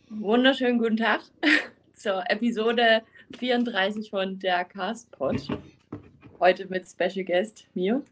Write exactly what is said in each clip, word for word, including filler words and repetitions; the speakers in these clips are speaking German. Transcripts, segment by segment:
Wunderschönen guten Tag zur Episode vierunddreißig von der Castpod. Heute mit Special Guest Mio.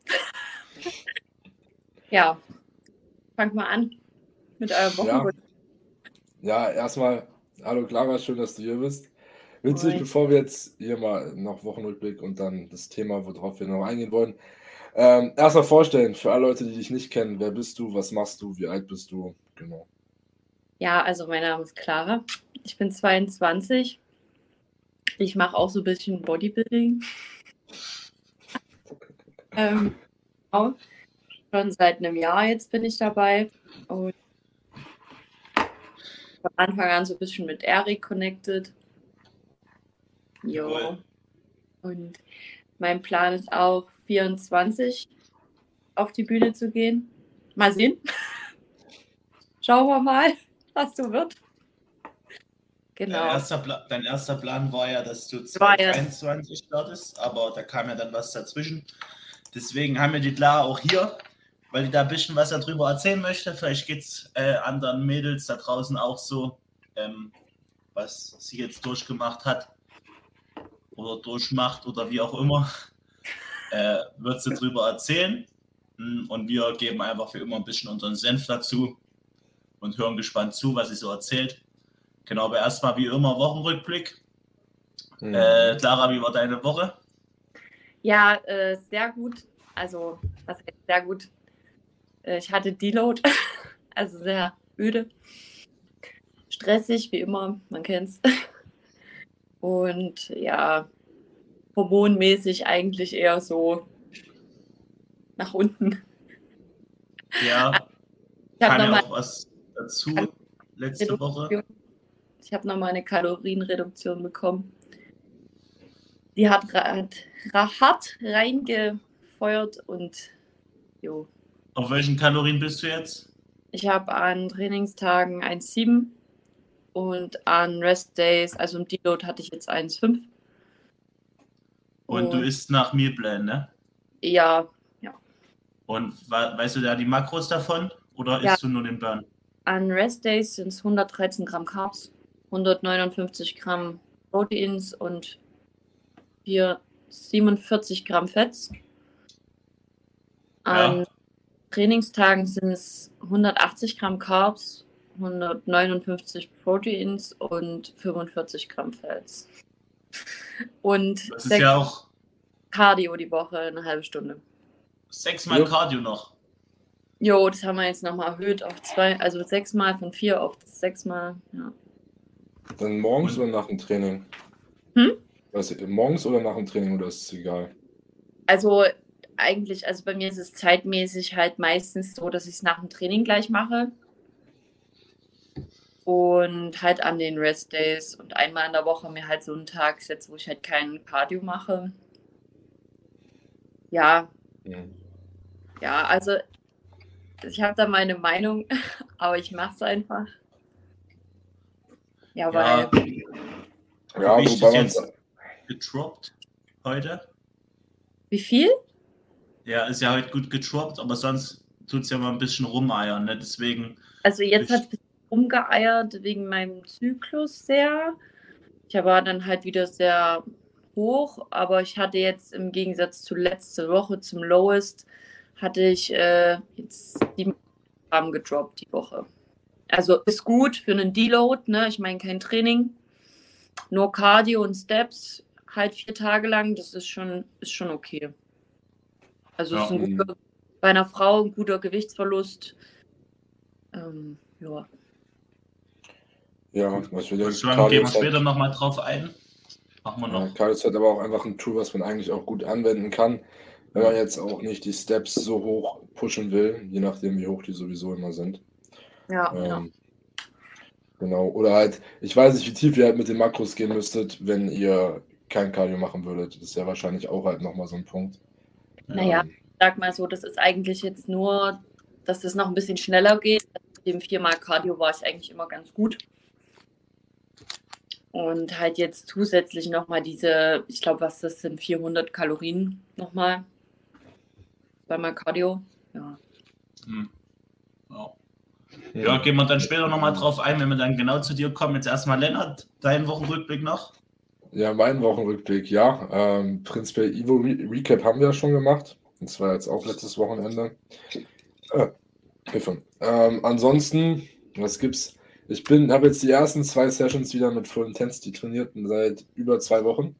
Ja, fangt mal an mit eurem Ja, Wochenrhythmus. ja, erstmal, hallo Clara, schön, dass du hier bist. Willst du dich, Moin. bevor wir jetzt hier mal noch Wochenrückblick und dann das Thema, worauf wir noch eingehen wollen, ähm, erstmal vorstellen, für alle Leute, die dich nicht kennen, wer bist du, was machst du, wie alt bist du? Genau. Ja, also mein Name ist Clara. Ich bin zweiundzwanzig. Ich mache auch so ein bisschen Bodybuilding. Ähm, auch schon seit einem Jahr jetzt bin ich dabei. Und von Anfang an so ein bisschen mit Erik connected. Jo. Jawohl. Und mein Plan ist auch, vierundzwanzig auf die Bühne zu gehen. Mal sehen. Schauen wir mal, was so wird. Dein Genau. erster, Pla dein erster Plan war ja, dass du War ja- zweitausenddreiundzwanzig startest, aber da kam ja dann was dazwischen. Deswegen haben wir die Clara auch hier, weil die da ein bisschen was darüber erzählen möchte. Vielleicht geht es äh, anderen Mädels da draußen auch so, ähm, was sie jetzt durchgemacht hat oder durchmacht oder wie auch immer, äh, wird sie drüber erzählen. Und wir geben einfach für immer ein bisschen unseren Senf dazu und hören gespannt zu, was sie so erzählt. Genau, aber erstmal wie immer Wochenrückblick. Mhm. Äh, Clara, wie war deine Woche? Ja, äh, sehr gut. Also, was heißt sehr gut? Äh, ich hatte Deload, also sehr öde. Stressig, wie immer, man kennt's. Und ja, hormonmäßig eigentlich eher so nach unten. Ja, Ich habe kam ja nochmal auch was dazu letzte Woche. Ich habe nochmal eine Kalorienreduktion bekommen. Die hat, hat, hart reingefeuert und jo. Auf welchen Kalorien bist du jetzt? Ich habe an Trainingstagen eins Komma sieben und an Rest Days, also im Deload hatte ich jetzt eins Komma fünf. Und du isst nach Mealplan, ne? Ja, Und weißt du da die Makros davon oder Ja. isst du nur den Burn? an Rest Days sind es hundertdreizehn Gramm Carbs, hundertneunundfünfzig Gramm Proteins und siebenundvierzig Gramm Fetts. An Ja. Trainingstagen sind es hundertachtzig Gramm Carbs, hundertneunundfünfzig Proteins und fünfundvierzig Gramm Fetts. Und Das ist sechs ja auch Cardio die Woche, eine halbe Stunde. sechsmal Jo. Cardio noch. Jo, das haben wir jetzt nochmal erhöht auf zwei, also sechsmal von vier auf sechsmal, ja. Dann morgens Und- oder nach dem Training? Hm? Was, morgens oder nach dem Training, oder ist es egal? Also eigentlich, also bei mir ist es zeitmäßig halt meistens so, dass ich es nach dem Training gleich mache. Und halt an den Rest Days und einmal in der Woche mir halt so einen Tag setze, wo ich halt kein Cardio mache. Ja, Mhm. ja, also ich habe da meine Meinung, aber ich mache es einfach. Ja, weil, Ja, Ja, Gewicht wobei ist man jetzt gedroppt heute. wie viel? Ja, ist ja heute gut gedroppt, aber sonst tut es ja mal ein bisschen rumeiern, ne? Deswegen, Also jetzt Ich- hat es ein bisschen rumgeeiert wegen meinem Zyklus sehr. Ich war dann halt wieder sehr hoch, aber ich hatte jetzt im Gegensatz zu letzte Woche zum Lowest, hatte ich äh, jetzt sieben Gramm gedroppt die Woche. Also ist gut für einen Deload, ne? Ich meine kein Training, nur Cardio und Steps, halt vier Tage lang, das ist schon, ist schon okay. Also Ja. ist ein Mhm. guter, bei einer Frau ein guter Gewichtsverlust. Ähm, ja. Ja, was wir würde denken, sagen, Cardio gehen wir ist halt- später nochmal drauf ein. Machen wir Ja, noch. Cardio ist halt aber auch einfach ein Tool, was man eigentlich auch gut anwenden kann, wenn man jetzt auch nicht die Steps so hoch pushen will, je nachdem, wie hoch die sowieso immer sind. Ja, ja. Ähm, genau. Oder halt, ich weiß nicht, wie tief ihr halt mit den Makros gehen müsstet, wenn ihr kein Cardio machen würdet. Das ist ja wahrscheinlich auch halt nochmal so ein Punkt. Naja, Ähm, sag mal so, das ist eigentlich jetzt nur, dass das noch ein bisschen schneller geht. Mit dem viermal Cardio war ich eigentlich immer ganz gut. Und halt jetzt zusätzlich nochmal diese, ich glaube, was das sind, vierhundert Kalorien nochmal. Zweimal Cardio. Ja. Hm. Ja. Ja, Hm. gehen wir dann später nochmal drauf ein, wenn wir dann genau zu dir kommen. Jetzt erstmal Lennart, deinen Wochenrückblick noch. Ja, mein Wochenrückblick, ja. Ähm, prinzipiell Evo Re Recap haben wir ja schon gemacht. Das war jetzt auch letztes Wochenende. Äh, Hilfe. Ähm, ansonsten, was gibt's? Ich bin, habe jetzt die ersten zwei Sessions wieder mit Full Intensity trainiert seit über zwei Wochen.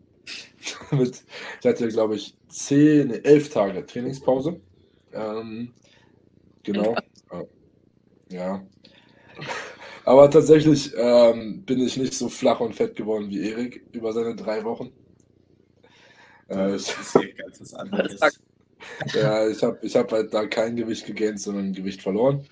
mit, ich hatte, glaube ich, zehn, nee, elf Tage Trainingspause. Ähm, genau. Äh, ja. Aber tatsächlich ähm, bin ich nicht so flach und fett geworden wie Erik über seine drei Wochen. Äh, ich, Das ist hier ganz was anderes. ja, ich habe ich hab halt da kein Gewicht gegaint, sondern Gewicht verloren.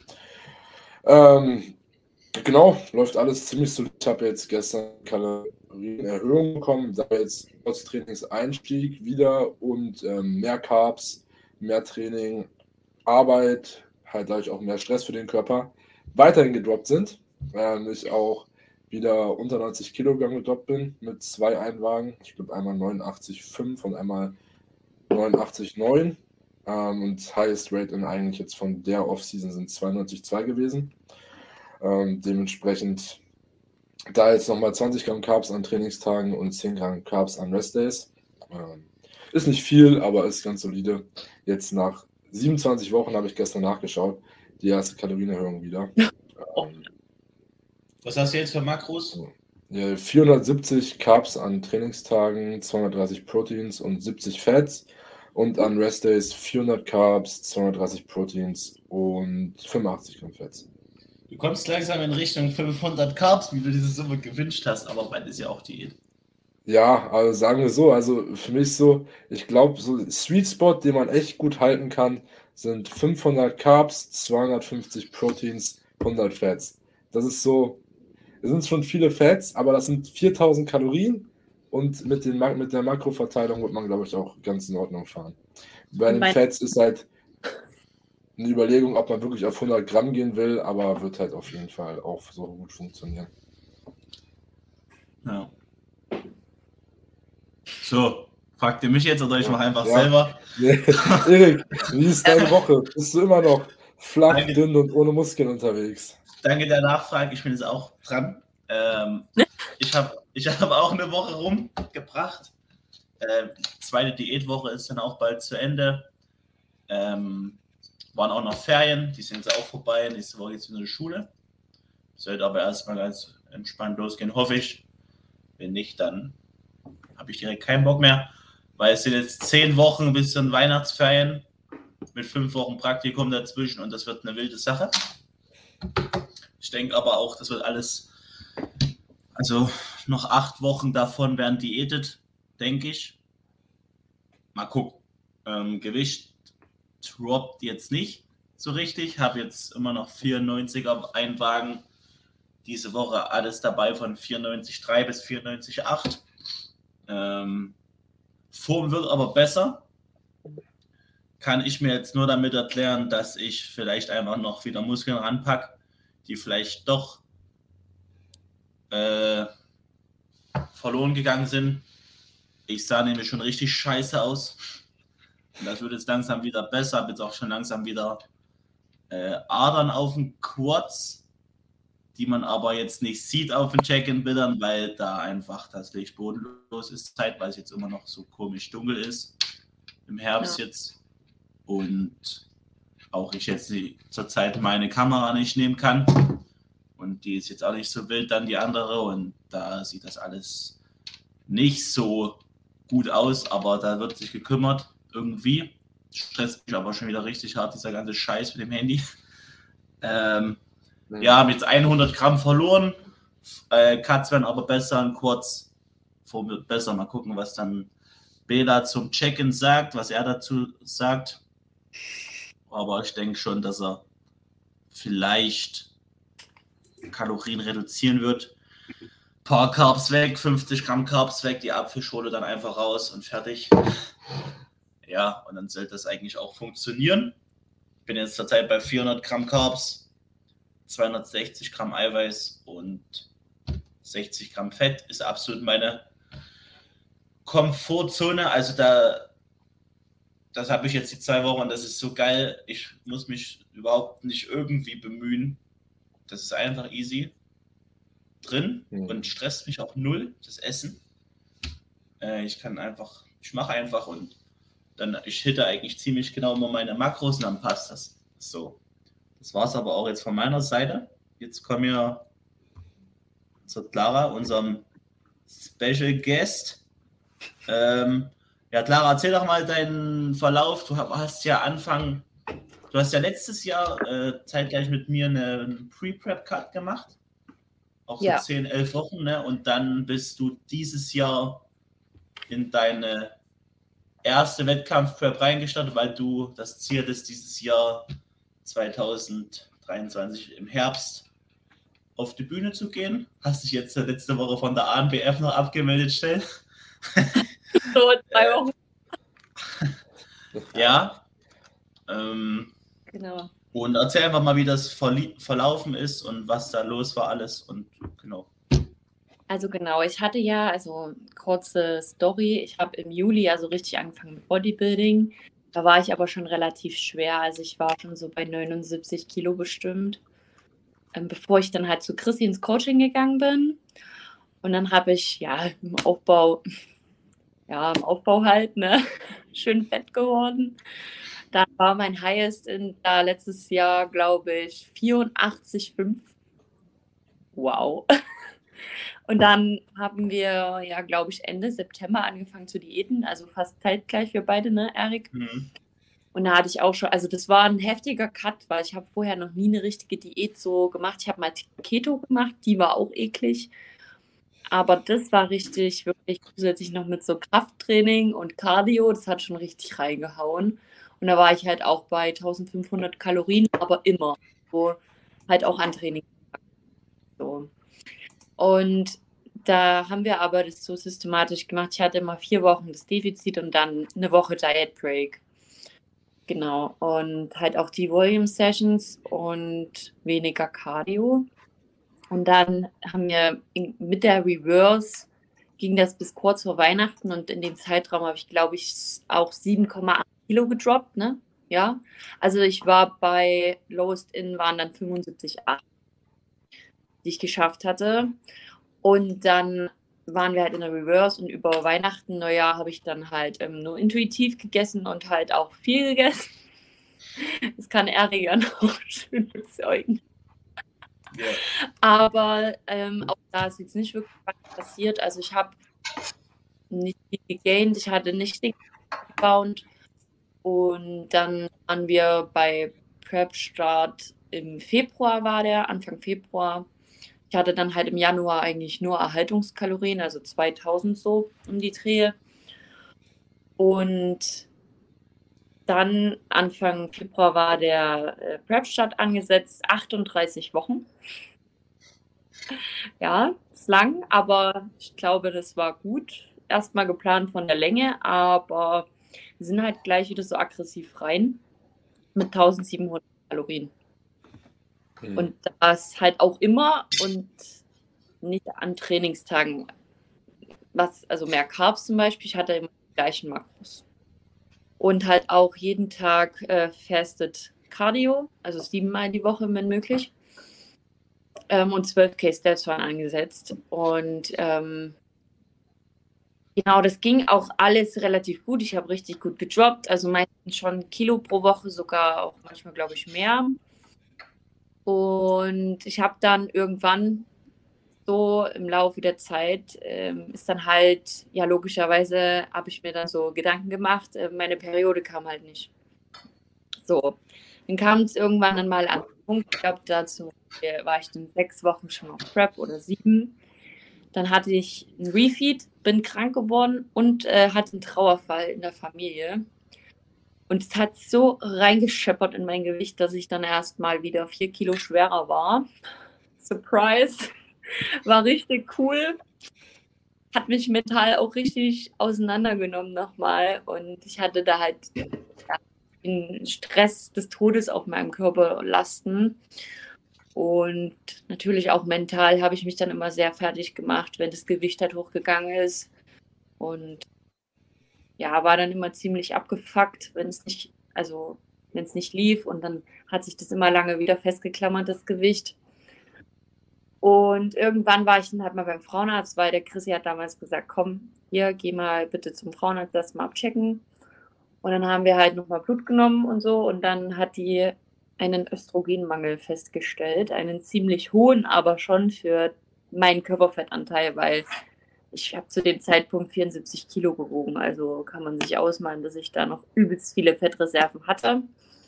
Ähm, genau, läuft alles ziemlich solid. Ich habe jetzt gestern Kalorienerhöhung bekommen, da jetzt trotz Trainingseinstieg wieder und ähm, mehr Carbs, mehr Training, Arbeit, halt dadurch auch mehr Stress für den Körper, weiterhin gedroppt sind. Ähm, ich auch wieder unter neunzig Kilogramm gedroppt bin mit zwei Einwagen. Ich glaube einmal neunundachtzig Komma fünf und einmal neunundachtzig Komma neun. Ähm, und Highest Rate in eigentlich jetzt von der Offseason sind zweiundneunzig Komma zwei gewesen. Ähm, dementsprechend da jetzt nochmal zwanzig Gramm Carbs an Trainingstagen und zehn Gramm Carbs an Restdays. Ähm, ist nicht viel, aber ist ganz solide. Jetzt nach siebenundzwanzig Wochen habe ich gestern nachgeschaut, die erste Kalorienerhöhung wieder. Ähm, Was hast du jetzt für Makros? ja, vierhundertsiebzig Carbs an Trainingstagen, zweihundertdreißig Proteins und siebzig Fats. Und an Restdays vierhundert Carbs, zweihundertdreißig Proteins und fünfundachtzig Gramm Fats. Du kommst langsam in Richtung fünfhundert Carbs, wie du diese Summe gewünscht hast, aber bald ist ja auch Diät. Ja, also sagen wir so, also für mich so, ich glaube, so Sweet Spot, den man echt gut halten kann, sind fünfhundert Carbs, zweihundertfünfzig Proteins, hundert Fats. Das ist so, es sind schon viele Fats, aber das sind viertausend Kalorien und mit, den, mit der Makroverteilung wird man, glaube ich, auch ganz in Ordnung fahren. Bei den Mein- Fats ist halt eine Überlegung, ob man wirklich auf hundert Gramm gehen will, aber wird halt auf jeden Fall auch so gut funktionieren. Ja. So, fragt ihr mich jetzt oder ich Ja, mache einfach ja. selber? Nee. Erik, wie ist deine Woche? Bist du immer noch flach, Danke. dünn und ohne Muskeln unterwegs? Danke der Nachfrage, ich bin jetzt auch dran. Ähm, ich habe ich hab auch eine Woche rumgebracht. Äh, zweite Diätwoche ist dann auch bald zu Ende. Ähm, waren auch noch Ferien, die sind jetzt auch vorbei. Nächste Woche geht es wieder in die Schule. Sollte aber erstmal ganz entspannt losgehen, hoffe ich. Wenn nicht, dann habe ich direkt keinen Bock mehr. Weil es sind jetzt zehn Wochen bis zu den Weihnachtsferien mit fünf Wochen Praktikum dazwischen und das wird eine wilde Sache. Ich denke aber auch, das wird alles, also noch acht Wochen davon werden diätet, denke ich. Mal gucken. Ähm, Gewicht droppt jetzt nicht so richtig. Habe jetzt immer noch vierundneunzig auf einen Wagen. Diese Woche alles dabei von vierundneunzig Komma drei bis vierundneunzig Komma acht. Ähm, Form wird aber besser. Kann ich mir jetzt nur damit erklären, dass ich vielleicht einfach noch wieder Muskeln ranpacke, die vielleicht doch äh, verloren gegangen sind. Ich sah nämlich schon richtig scheiße aus. Und das wird jetzt langsam wieder besser. Habe jetzt auch schon langsam wieder äh, Adern auf den Quads, die man aber jetzt nicht sieht auf den Check-in-Bildern, weil da einfach das Licht bodenlos ist, zeitweise jetzt immer noch so komisch dunkel ist. Im Herbst ja. Jetzt. Und auch ich jetzt die, zurzeit meine Kamera nicht nehmen kann. Und die ist jetzt auch nicht so wild, dann die andere. Und da sieht das alles nicht so gut aus, aber da wird sich gekümmert irgendwie. Stresst mich aber schon wieder richtig hart, dieser ganze Scheiß mit dem Handy. Ähm, mhm. Ja, habe jetzt hundert Gramm verloren. Äh, Cuts werden aber besser und Quads wird besser. Mal gucken, was dann Bela zum Check-in sagt, was er dazu sagt. Aber ich denke schon, dass er vielleicht Kalorien reduzieren wird. Ein paar Carbs weg, fünfzig Gramm Carbs weg, die Apfelschorle dann einfach raus und fertig. Ja, und dann sollte das eigentlich auch funktionieren. Ich bin jetzt zurzeit bei vierhundert Gramm Carbs, zweihundertsechzig Gramm Eiweiß und sechzig Gramm Fett. Ist absolut meine Komfortzone. Also da, das habe ich jetzt die zwei Wochen und das ist so geil. Ich muss mich überhaupt nicht irgendwie bemühen, Das ist einfach easy drin Mhm. und stresst mich auch null, das Essen. Äh, ich kann einfach, ich mache einfach und dann, ich hitte eigentlich ziemlich genau immer meine Makros und dann passt das. So, das war es aber auch jetzt von meiner Seite. Jetzt kommen wir zu Clara, unserem Special Guest. Ähm, ja, Clara, erzähl doch mal deinen Verlauf. Du hast ja Anfang, du hast ja letztes Jahr äh, zeitgleich mit mir einen Pre-Prep-Cut gemacht. Auch so Ja. zehn, elf Wochen, ne? Und dann bist du dieses Jahr in deine erste Wettkampf-Prep reingestartet, weil du das Ziel hattest, dieses Jahr zwanzig dreiundzwanzig im Herbst auf die Bühne zu gehen. Hast dich jetzt letzte Woche von der A N B F noch abgemeldet, Stell? So, drei Wochen. Ja. Ähm, Genau. und erzähl einfach mal, wie das verli- verlaufen ist und was da los war alles und genau. Also genau, ich hatte ja, also kurze Story, ich habe im Juli also richtig angefangen mit Bodybuilding. Da war ich aber schon relativ schwer, also ich war schon so bei neunundsiebzig Kilo bestimmt, ähm, bevor ich dann halt zu Chrissy ins Coaching gegangen bin. Und dann habe ich ja im Aufbau, ja im Aufbau halt, ne, schön fett geworden. Da war mein Highest in da letztes Jahr, glaube ich, vierundachtzig Komma fünf. Wow. Und dann haben wir, ja, glaube ich, Ende September angefangen zu diäten, also fast zeitgleich wir beide, ne, Erik? Mhm. Und da hatte ich auch schon, also das war ein heftiger Cut, weil ich habe vorher noch nie eine richtige Diät so gemacht. Ich habe mal Keto gemacht, die war auch eklig. Aber das war richtig, wirklich zusätzlich noch mit so Krafttraining und Cardio, das hat schon richtig reingehauen. Und da war ich halt auch bei eintausendfünfhundert Kalorien, aber immer so halt auch an Training. So. Und da haben wir aber das so systematisch gemacht. Ich hatte immer vier Wochen das Defizit und dann eine Woche Diet Break. Genau. Und halt auch die Volume Sessions und weniger Cardio. Und dann haben wir in, mit der Reverse ging das bis kurz vor Weihnachten und in dem Zeitraum habe ich, glaube ich, auch sieben Komma acht Kilo gedroppt, ne? Ja. Also ich war bei Lowest In waren dann fünfundsiebzig Komma acht, die ich geschafft hatte. Und dann waren wir halt in der Reverse und über Weihnachten, Neujahr habe ich dann halt ähm, nur intuitiv gegessen und halt auch viel gegessen. Das kann Erik ja noch schön bezeugen. Ja. Aber ähm, auch da ist jetzt nicht wirklich was passiert. Also ich habe nicht viel gegaint, ich hatte nicht den Rebound. Und dann waren wir bei Prep-Start im Februar, war der, Anfang Februar. Ich hatte dann halt im Januar eigentlich nur Erhaltungskalorien, also zweitausend so um die Dreh. Und dann Anfang Februar war der äh, Prep-Start angesetzt, achtunddreißig Wochen. Ja, ist lang, aber ich glaube, das war gut. Erstmal geplant von der Länge, aber wir sind halt gleich wieder so aggressiv rein mit eintausendsiebenhundert Kalorien. Mhm. Und das halt auch immer und nicht an Trainingstagen. Was, also mehr Carbs zum Beispiel, ich hatte immer die gleichen Makros. Und halt auch jeden Tag äh, fasted Cardio, also siebenmal die Woche, wenn möglich. Ähm, und zwölf K Steps waren angesetzt. Und ähm, genau, das ging auch alles relativ gut. Ich habe richtig gut gedroppt, also meistens schon ein Kilo pro Woche, sogar auch manchmal, glaube ich, mehr. Und ich habe dann irgendwann so im Laufe der Zeit ähm, ist dann halt, ja, logischerweise habe ich mir dann so Gedanken gemacht, äh, meine Periode kam halt nicht. So, dann kam es irgendwann dann mal an den Punkt, ich glaube, dazu war ich dann sechs Wochen schon auf Prep oder sieben. Dann hatte ich einen Refeed, bin krank geworden und äh, hatte einen Trauerfall in der Familie. Und es hat so reingescheppert in mein Gewicht, dass ich dann erst mal wieder vier Kilo schwerer war. Surprise! War richtig cool. Hat mich mental auch richtig auseinandergenommen nochmal. Und ich hatte da halt ja, den Stress des Todes auf meinem Körper lasten. Und natürlich auch mental habe ich mich dann immer sehr fertig gemacht, wenn das Gewicht halt hochgegangen ist. Und ja, war dann immer ziemlich abgefuckt, wenn es nicht, also wenn es nicht lief. Und dann hat sich das immer lange wieder festgeklammert, das Gewicht. Und irgendwann war ich dann halt mal beim Frauenarzt, weil der Chrissy hat damals gesagt, komm, hier, geh mal bitte zum Frauenarzt, lass mal abchecken. Und dann haben wir halt nochmal Blut genommen und so. Und dann hat die einen Östrogenmangel festgestellt, einen ziemlich hohen, aber schon für meinen Körperfettanteil, weil ich habe zu dem Zeitpunkt vierundsiebzig Kilo gewogen. Also kann man sich ausmalen, dass ich da noch übelst viele Fettreserven hatte.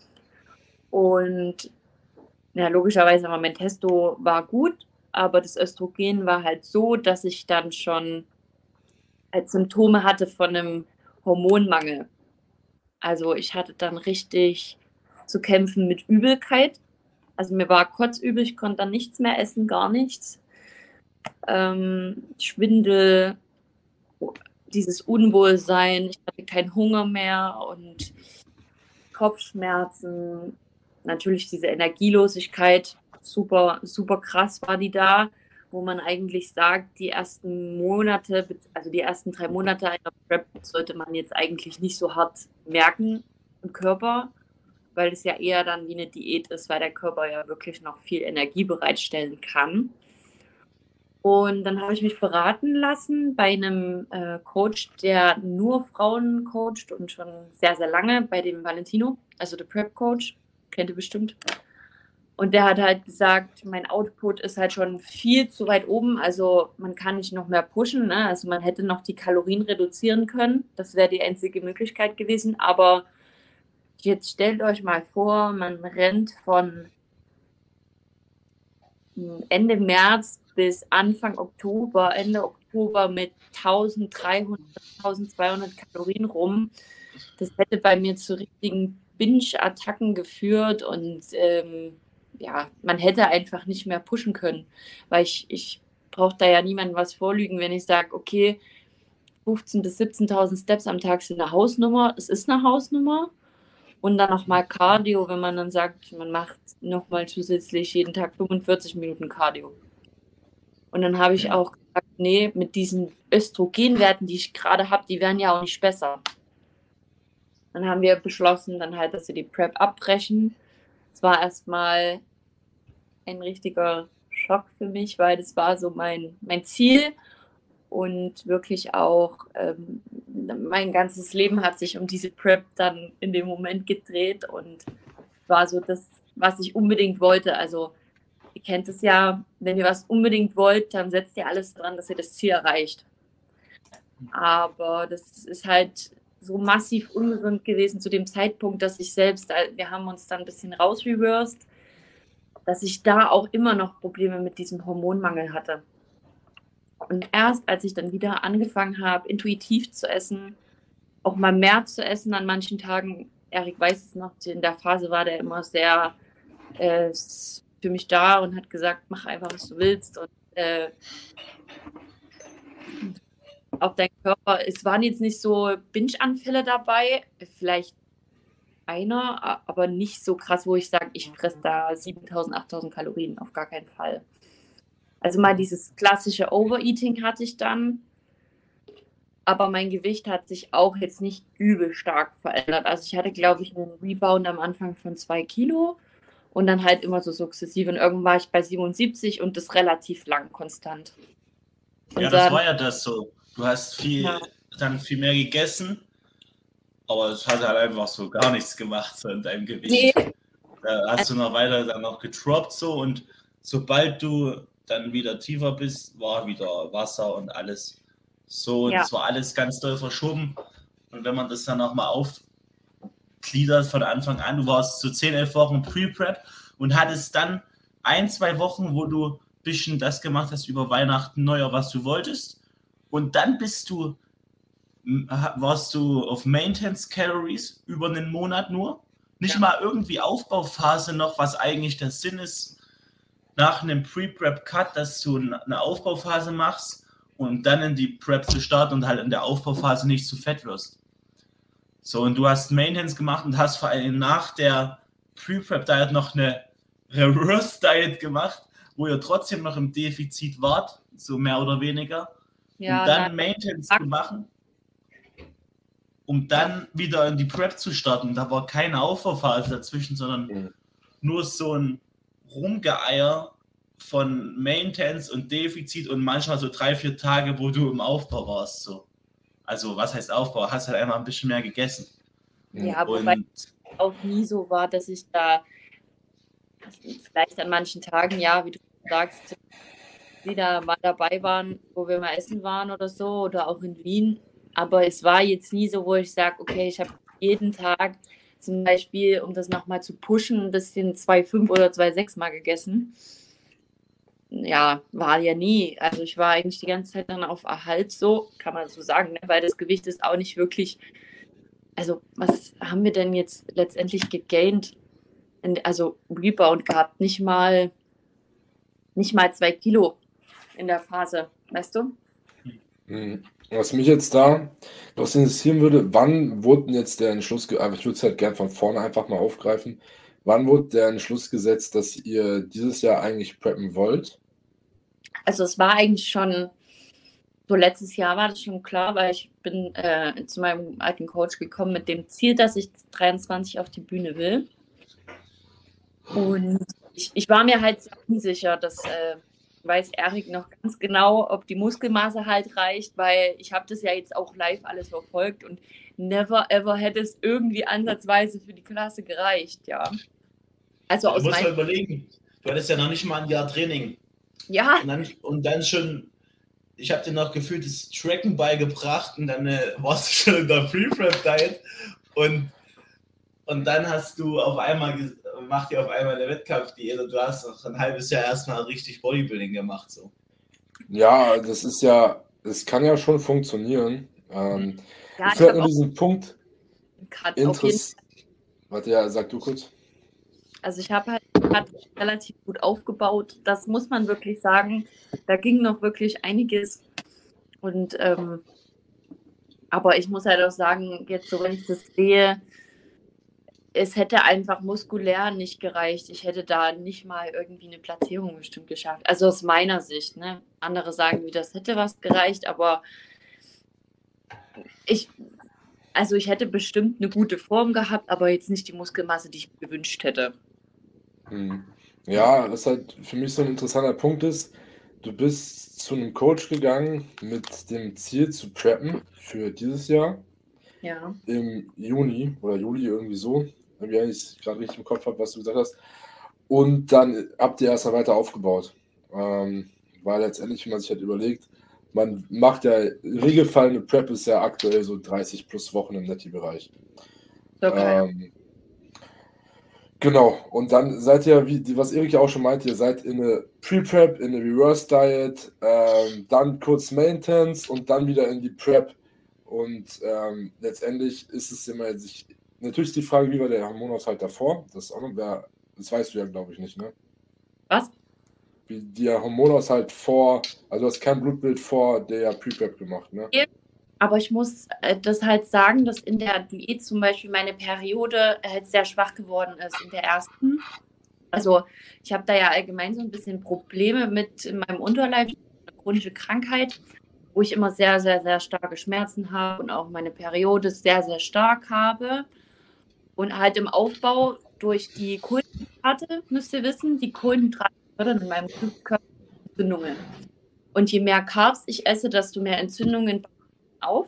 Und ja, logischerweise war mein Testo war gut, aber das Östrogen war halt so, dass ich dann schon als Symptome hatte von einem Hormonmangel. Also ich hatte dann richtig zu kämpfen mit Übelkeit. Also mir war kotzübel, ich konnte dann nichts mehr essen, gar nichts. Ähm, Schwindel, dieses Unwohlsein, ich hatte keinen Hunger mehr und Kopfschmerzen, natürlich diese Energielosigkeit, super, super krass war die da, wo man eigentlich sagt, die ersten Monate, also die ersten drei Monate einer Prep sollte man jetzt eigentlich nicht so hart merken im Körper, weil es ja eher dann wie eine Diät ist, weil der Körper ja wirklich noch viel Energie bereitstellen kann. Und dann habe ich mich beraten lassen bei einem äh, Coach, der nur Frauen coacht und schon sehr, sehr lange, bei dem Valentino, also der Prep-Coach, kennt ihr bestimmt. Und der hat halt gesagt, mein Output ist halt schon viel zu weit oben, also man kann nicht noch mehr pushen, ne? Also man hätte noch die Kalorien reduzieren können, das wäre die einzige Möglichkeit gewesen, aber jetzt stellt euch mal vor, man rennt von Ende März bis Anfang Oktober, Ende Oktober mit dreizehnhundert, zwölfhundert Kalorien rum. Das hätte bei mir zu richtigen Binge-Attacken geführt und ähm, ja, man hätte einfach nicht mehr pushen können, weil ich, ich brauche da ja niemandem was vorlügen, wenn ich sage, okay, fünfzehntausend bis siebzehntausend Steps am Tag sind eine Hausnummer, es ist eine Hausnummer. Und dann nochmal Cardio, wenn man dann sagt, man macht nochmal zusätzlich jeden Tag fünfundvierzig Minuten Cardio. Und dann habe ich Ja. auch gesagt, nee, mit diesen Östrogenwerten, die ich gerade habe, die werden ja auch nicht besser. Dann haben wir beschlossen, dann halt, dass wir die Prep abbrechen. Es war erstmal ein richtiger Schock für mich, weil das war so mein, mein Ziel. Und wirklich auch, ähm, mein ganzes Leben hat sich um diese Prep dann in dem Moment gedreht und war so das, was ich unbedingt wollte. Also ihr kennt es ja, wenn ihr was unbedingt wollt, dann setzt ihr alles dran, dass ihr das Ziel erreicht. Aber das ist halt so massiv ungesund gewesen zu dem Zeitpunkt, dass ich selbst, wir haben uns dann ein bisschen rausreversed, dass ich da auch immer noch Probleme mit diesem Hormonmangel hatte. Und erst als ich dann wieder angefangen habe, intuitiv zu essen, auch mal mehr zu essen an manchen Tagen, Erik weiß es noch, in der Phase war der immer sehr äh, für mich da und hat gesagt, mach einfach, was du willst. Und äh, auf deinen Körper, es waren jetzt nicht so Binge-Anfälle dabei, vielleicht einer, aber nicht so krass, wo ich sage, ich fresse da siebentausend, achttausend Kalorien, auf gar keinen Fall. Also mal dieses klassische Overeating hatte ich dann, aber mein Gewicht hat sich auch jetzt nicht übel stark verändert. Also ich hatte, glaube ich, einen Rebound am Anfang von zwei Kilo und dann halt immer so sukzessive. Und irgendwann war ich bei siebenundsiebzig und das relativ lang konstant. Und ja, das dann, war ja das so. Du hast viel, ja. dann viel mehr gegessen, aber es hat halt einfach so gar nichts gemacht so in deinem Gewicht. Nee. Da hast du noch weiter dann noch getroppt so und sobald du dann wieder tiefer bist, war wieder Wasser und alles so. Ja. Das war alles ganz doll verschoben. Und wenn man das dann nochmal aufgliedert von Anfang an, du warst so zehn, elf Wochen Pre-Prep und hattest dann ein, zwei Wochen, wo du ein bisschen das gemacht hast über Weihnachten, Neujahr, was du wolltest. Und dann bist du, warst du auf Maintenance Calories über einen Monat nur. Nicht Ja. mal irgendwie Aufbauphase noch, was eigentlich der Sinn ist, nach einem Pre-Prep-Cut, dass du eine Aufbauphase machst und dann in die Prep zu starten und halt in der Aufbauphase nicht zu fett wirst. So, und du hast Maintenance gemacht und hast vor allem nach der Pre-Prep-Diet noch eine Reverse-Diet gemacht, wo ihr trotzdem noch im Defizit wart, so mehr oder weniger, Ja, um dann nein. Maintenance zu machen, um dann wieder in die Prep zu starten. Da war keine Aufbauphase dazwischen, sondern Mhm. nur so ein Rumgeeier von Maintenance und Defizit und manchmal so drei, vier Tage, wo du im Aufbau warst. So. Also was heißt Aufbau? Hast halt einfach ein bisschen mehr gegessen. Ja, wobei Und auch nie so war, dass ich da vielleicht an manchen Tagen, ja, wie du sagst, die da mal dabei waren, wo wir mal essen waren oder so, oder auch in Wien. Aber es war jetzt nie so, wo ich sage, okay, ich habe jeden Tag zum Beispiel, um das nochmal zu pushen, ein bisschen zwei Komma fünf oder zwei Komma sechs mal gegessen. Ja, war ja nie. Also ich war eigentlich die ganze Zeit dann auf Erhalt so, kann man so sagen, ne? Weil das Gewicht ist auch nicht wirklich, also was haben wir denn jetzt letztendlich gegaint? Also Rebound gehabt, nicht mal, nicht mal zwei Kilo in der Phase, weißt du? Was mich jetzt da was interessieren würde, wann wurde denn jetzt der Entschluss, ge- aber ich würde es halt gern von vorne einfach mal aufgreifen, wann wurde der Entschluss gesetzt, dass ihr dieses Jahr eigentlich preppen wollt? Also es war eigentlich schon, so letztes Jahr war das schon klar, weil ich bin äh, zu meinem alten Coach gekommen mit dem Ziel, dass ich dreiundzwanzig auf die Bühne will. Und ich, ich war mir halt sehr unsicher, dass äh, weiß Erik noch ganz genau, ob die Muskelmasse halt reicht, weil ich habe das ja jetzt auch live alles verfolgt und never ever hätte es irgendwie ansatzweise für die Klasse gereicht, ja. Also du aus musst mal meinem, überlegen, du hattest ja noch nicht mal ein Jahr Training. ja, Und dann, und dann schon, ich habe dir noch gefühlt das Tracken beigebracht und dann äh, warst du schon in der Pre-Prep-Diet und, und dann hast du auf einmal, ges- macht dir auf einmal eine Wettkampfdiät und du hast noch ein halbes Jahr erstmal richtig Bodybuilding gemacht. So. Ja, das ist ja, es kann ja schon funktionieren. Ähm, ja, ich ich finde habe nur auch diesen Punkt grad auf jeden Interess. Warte, ja, sag du kurz. Also ich habe halt grad relativ gut aufgebaut. Das muss man wirklich sagen. Da ging noch wirklich einiges. Und ähm, aber ich muss halt auch sagen, jetzt so wenn ich das sehe, es hätte einfach muskulär nicht gereicht. Ich hätte da nicht mal irgendwie eine Platzierung bestimmt geschafft. Also aus meiner Sicht, ne? Andere sagen, wie das hätte was gereicht, aber ich, also ich hätte bestimmt eine gute Form gehabt, aber jetzt nicht die Muskelmasse, die ich mir gewünscht hätte. Hm. Ja, was halt für mich so ein interessanter Punkt ist, du bist zu einem Coach gegangen mit dem Ziel zu preppen für dieses Jahr Ja. im Juni oder Juli irgendwie so, wenn ich gerade richtig im Kopf habe, was du gesagt hast. Und dann habt ihr erst mal weiter aufgebaut. Ähm, weil letztendlich, wenn man sich halt überlegt, man macht ja, im Regelfall eine Prep ist ja aktuell so dreißig plus Wochen im Netti-Bereich. Okay. Ähm, Genau, und dann seid ihr, wie die- was Erik ja auch schon meinte, ihr seid in eine Pre-Prep, in eine Reverse-Diet, ähm, dann kurz Maintenance und dann wieder in die Prep. Und ähm, letztendlich ist es immer jetzt, ich, natürlich ist die Frage, wie war der Hormonaushalt davor? Das ist auch noch, wer- das weißt du ja, glaube ich, nicht, ne? Was? Wie der Hormonaushalt vor, also du hast kein Blutbild vor der Pre-Prep gemacht, ne? Aber ich muss äh, das halt sagen, dass in der Diät zum Beispiel meine Periode halt sehr schwach geworden ist in der ersten. Also ich habe da ja allgemein so ein bisschen Probleme mit in meinem Unterleib, eine chronische Krankheit, wo ich immer sehr, sehr, sehr starke Schmerzen habe und auch meine Periode sehr, sehr stark habe. Und halt im Aufbau durch die Kohlenhydrate, müsst ihr wissen, die Kohlenhydrate fördern in meinem Körper Entzündungen. Und je mehr Carbs ich esse, desto mehr Entzündungen bauen auf.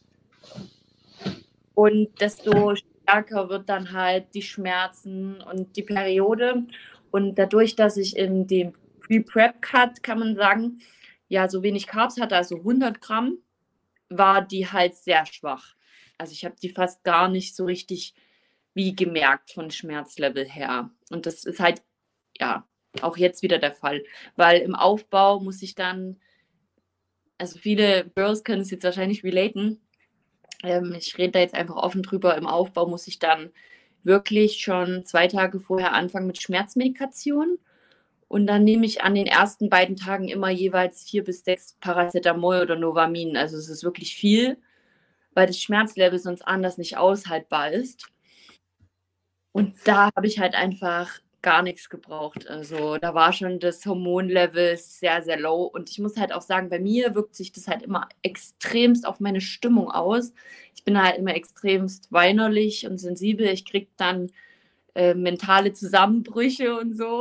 Und desto stärker wird dann halt die Schmerzen und die Periode. Und dadurch, dass ich in dem Pre-Prep-Cut, kann man sagen, ja, so wenig Carbs hatte, also hundert Gramm, war die halt sehr schwach. Also ich habe die fast gar nicht so richtig wie gemerkt von Schmerzlevel her. Und das ist halt, ja, auch jetzt wieder der Fall. Weil im Aufbau muss ich dann, also viele Girls können es jetzt wahrscheinlich relaten, ähm, ich rede da jetzt einfach offen drüber, im Aufbau muss ich dann wirklich schon zwei Tage vorher anfangen mit Schmerzmedikation. Und dann nehme ich an den ersten beiden Tagen immer jeweils vier bis sechs Paracetamol oder Novamin. Also es ist wirklich viel, weil das Schmerzlevel sonst anders nicht aushaltbar ist. Und da habe ich halt einfach gar nichts gebraucht. Also da war schon das Hormonlevel sehr, sehr low. Und ich muss halt auch sagen, bei mir wirkt sich das halt immer extremst auf meine Stimmung aus. Ich bin halt immer extremst weinerlich und sensibel. Ich kriege dann äh, mentale Zusammenbrüche und so.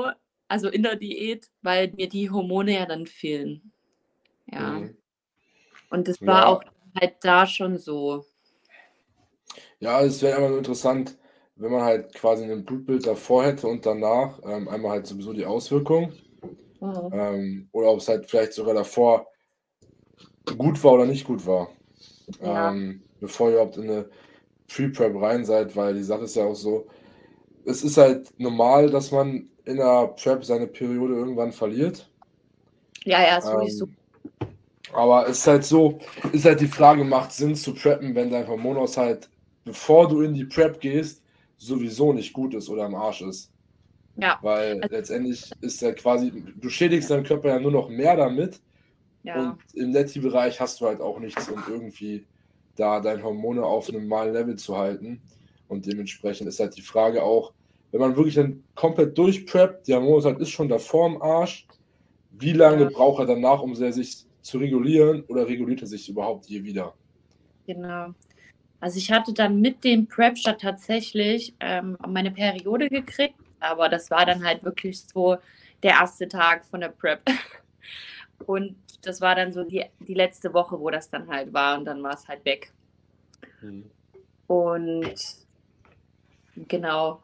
also in der Diät, weil mir die Hormone ja dann fehlen. Ja. Mhm. Und das war Ja. auch halt da schon so. Ja, es wäre einfach nur interessant, wenn man halt quasi ein Blutbild davor hätte und danach, ähm, einmal halt sowieso die Auswirkungen, Mhm. ähm, oder ob es halt vielleicht sogar davor gut war oder nicht gut war, Ja. ähm, bevor ihr überhaupt in 'ne Pre-Prep rein seid, weil die Sache ist ja auch so, es ist halt normal, dass man in der Prep seine Periode irgendwann verliert. Ja, ja, sowieso. Ähm, aber es ist halt so, ist halt die Frage, macht Sinn zu preppen, wenn dein Hormonhaushalt, bevor du in die Prep gehst, sowieso nicht gut ist oder am Arsch ist. Ja, Weil also letztendlich ist ja quasi, du schädigst deinen Körper ja nur noch mehr damit ja, und im Netty-Bereich hast du halt auch nichts, um irgendwie da deine Hormone auf einem normalen Level zu halten. Und dementsprechend ist halt die Frage auch, wenn man wirklich dann komplett durchpreppt, der Hormonhaushalt ist schon davor am Arsch, wie lange ja, braucht er danach, um sich zu regulieren, oder reguliert er sich überhaupt je wieder? genau. Also ich hatte dann mit dem Prep-Start tatsächlich ähm, meine Periode gekriegt, aber das war dann halt wirklich so der erste Tag von der Prep. Und das war dann so die, die letzte Woche, wo das dann halt war und dann war es halt weg. Mhm. Und genau,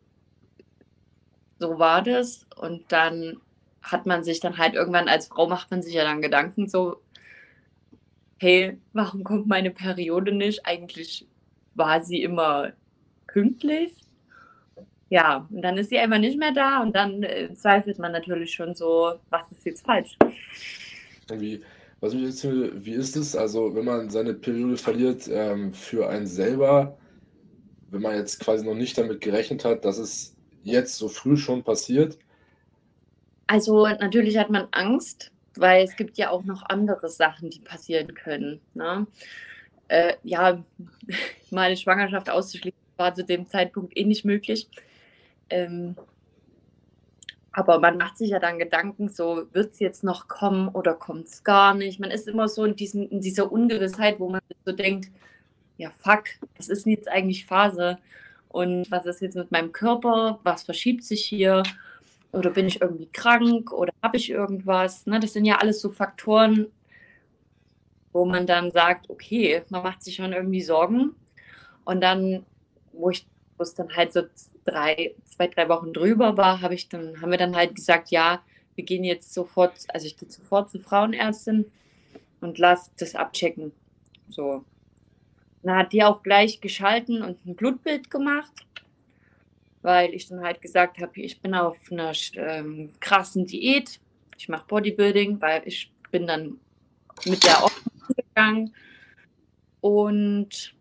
so war das. Und dann hat man sich dann halt irgendwann, als Frau macht man sich ja dann Gedanken so, hey, warum kommt meine Periode nicht? Eigentlich war sie immer pünktlich. Ja, und dann ist sie einfach nicht mehr da und dann äh, zweifelt man natürlich schon so, was ist jetzt falsch? Wie, was mich jetzt, wie ist es, also wenn man seine Periode verliert, ähm, für einen selber, wenn man jetzt quasi noch nicht damit gerechnet hat, dass es jetzt so früh schon passiert? Also natürlich hat man Angst, weil es gibt ja auch noch andere Sachen, die passieren können. Ne? Äh, ja, meine Schwangerschaft auszuschließen war zu dem Zeitpunkt eh nicht möglich. Ähm, aber man macht sich ja dann Gedanken, so wird es jetzt noch kommen oder kommt es gar nicht. Man ist immer so in, diesem, in dieser Ungewissheit, wo man so denkt, ja fuck, was ist denn jetzt eigentlich Phase? Und was ist jetzt mit meinem Körper? Was verschiebt sich hier? Oder bin ich irgendwie krank oder habe ich irgendwas? Ne? Das sind ja alles so Faktoren, wo man dann sagt, okay, man macht sich schon irgendwie Sorgen. Und dann, wo ich, wo es dann halt so drei, zwei, drei Wochen drüber war, habe ich dann, haben wir dann halt gesagt, ja, wir gehen jetzt sofort, also ich gehe sofort zur Frauenärztin und lass das abchecken. So. Dann hat die auch gleich geschalten und ein Blutbild gemacht, weil ich dann halt gesagt habe, ich bin auf einer ähm, krassen Diät. Ich mache Bodybuilding, weil ich bin dann mit der Ordnung gegangen. Und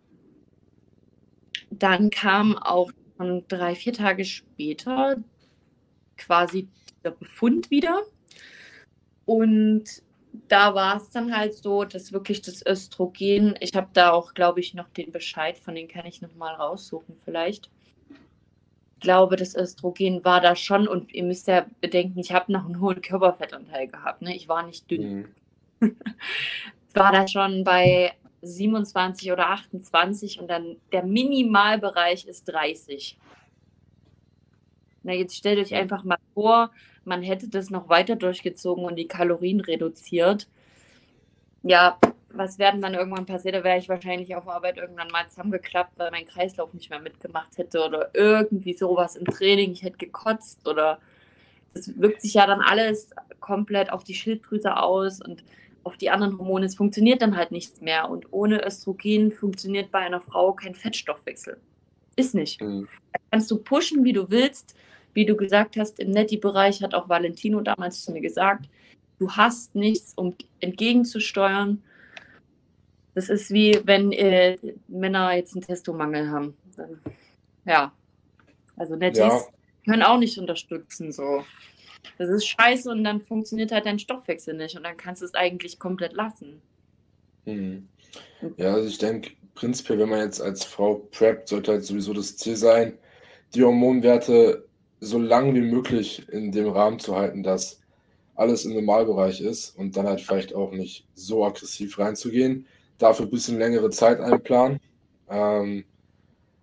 dann kam auch schon drei, vier Tage später quasi der Befund wieder. Und da war es dann halt so, dass wirklich das Östrogen, ich habe da auch, glaube ich, noch den Bescheid, von dem kann ich nochmal raussuchen vielleicht. Ich glaube, das Östrogen war da schon, und ihr müsst ja bedenken, ich habe noch einen hohen Körperfettanteil gehabt, ne? Ich war nicht dünn. Mhm. War da schon bei siebenundzwanzig oder achtundzwanzig und dann der Minimalbereich ist dreißig. Na, jetzt stellt euch einfach mal vor, man hätte das noch weiter durchgezogen und die Kalorien reduziert. Ja, was wäre denn dann irgendwann passiert? Da wäre ich wahrscheinlich auf Arbeit irgendwann mal zusammengeklappt, weil mein Kreislauf nicht mehr mitgemacht hätte oder irgendwie sowas im Training. Ich hätte gekotzt oder das wirkt sich ja dann alles komplett auf die Schilddrüse aus und auf die anderen Hormone. Es funktioniert dann halt nichts mehr. Und ohne Östrogen funktioniert bei einer Frau kein Fettstoffwechsel. Ist nicht. Mhm. Da kannst du pushen, wie du willst. Wie du gesagt hast, im Netti-Bereich hat auch Valentino damals zu mir gesagt, du hast nichts, um entgegenzusteuern. Das ist wie, wenn äh, Männer jetzt einen Testomangel haben. Dann, ja, also Nettis Ja. können auch nicht unterstützen. So. Das ist scheiße und dann funktioniert halt dein Stoffwechsel nicht und dann kannst du es eigentlich komplett lassen. Mhm. Ja, also ich denke, prinzipiell, wenn man jetzt als Frau preppt, sollte halt sowieso das Ziel sein, die Hormonwerte so lang wie möglich in dem Rahmen zu halten, dass alles im Normalbereich ist und dann halt vielleicht auch nicht so aggressiv reinzugehen. Dafür ein bisschen längere Zeit einplanen. Ähm,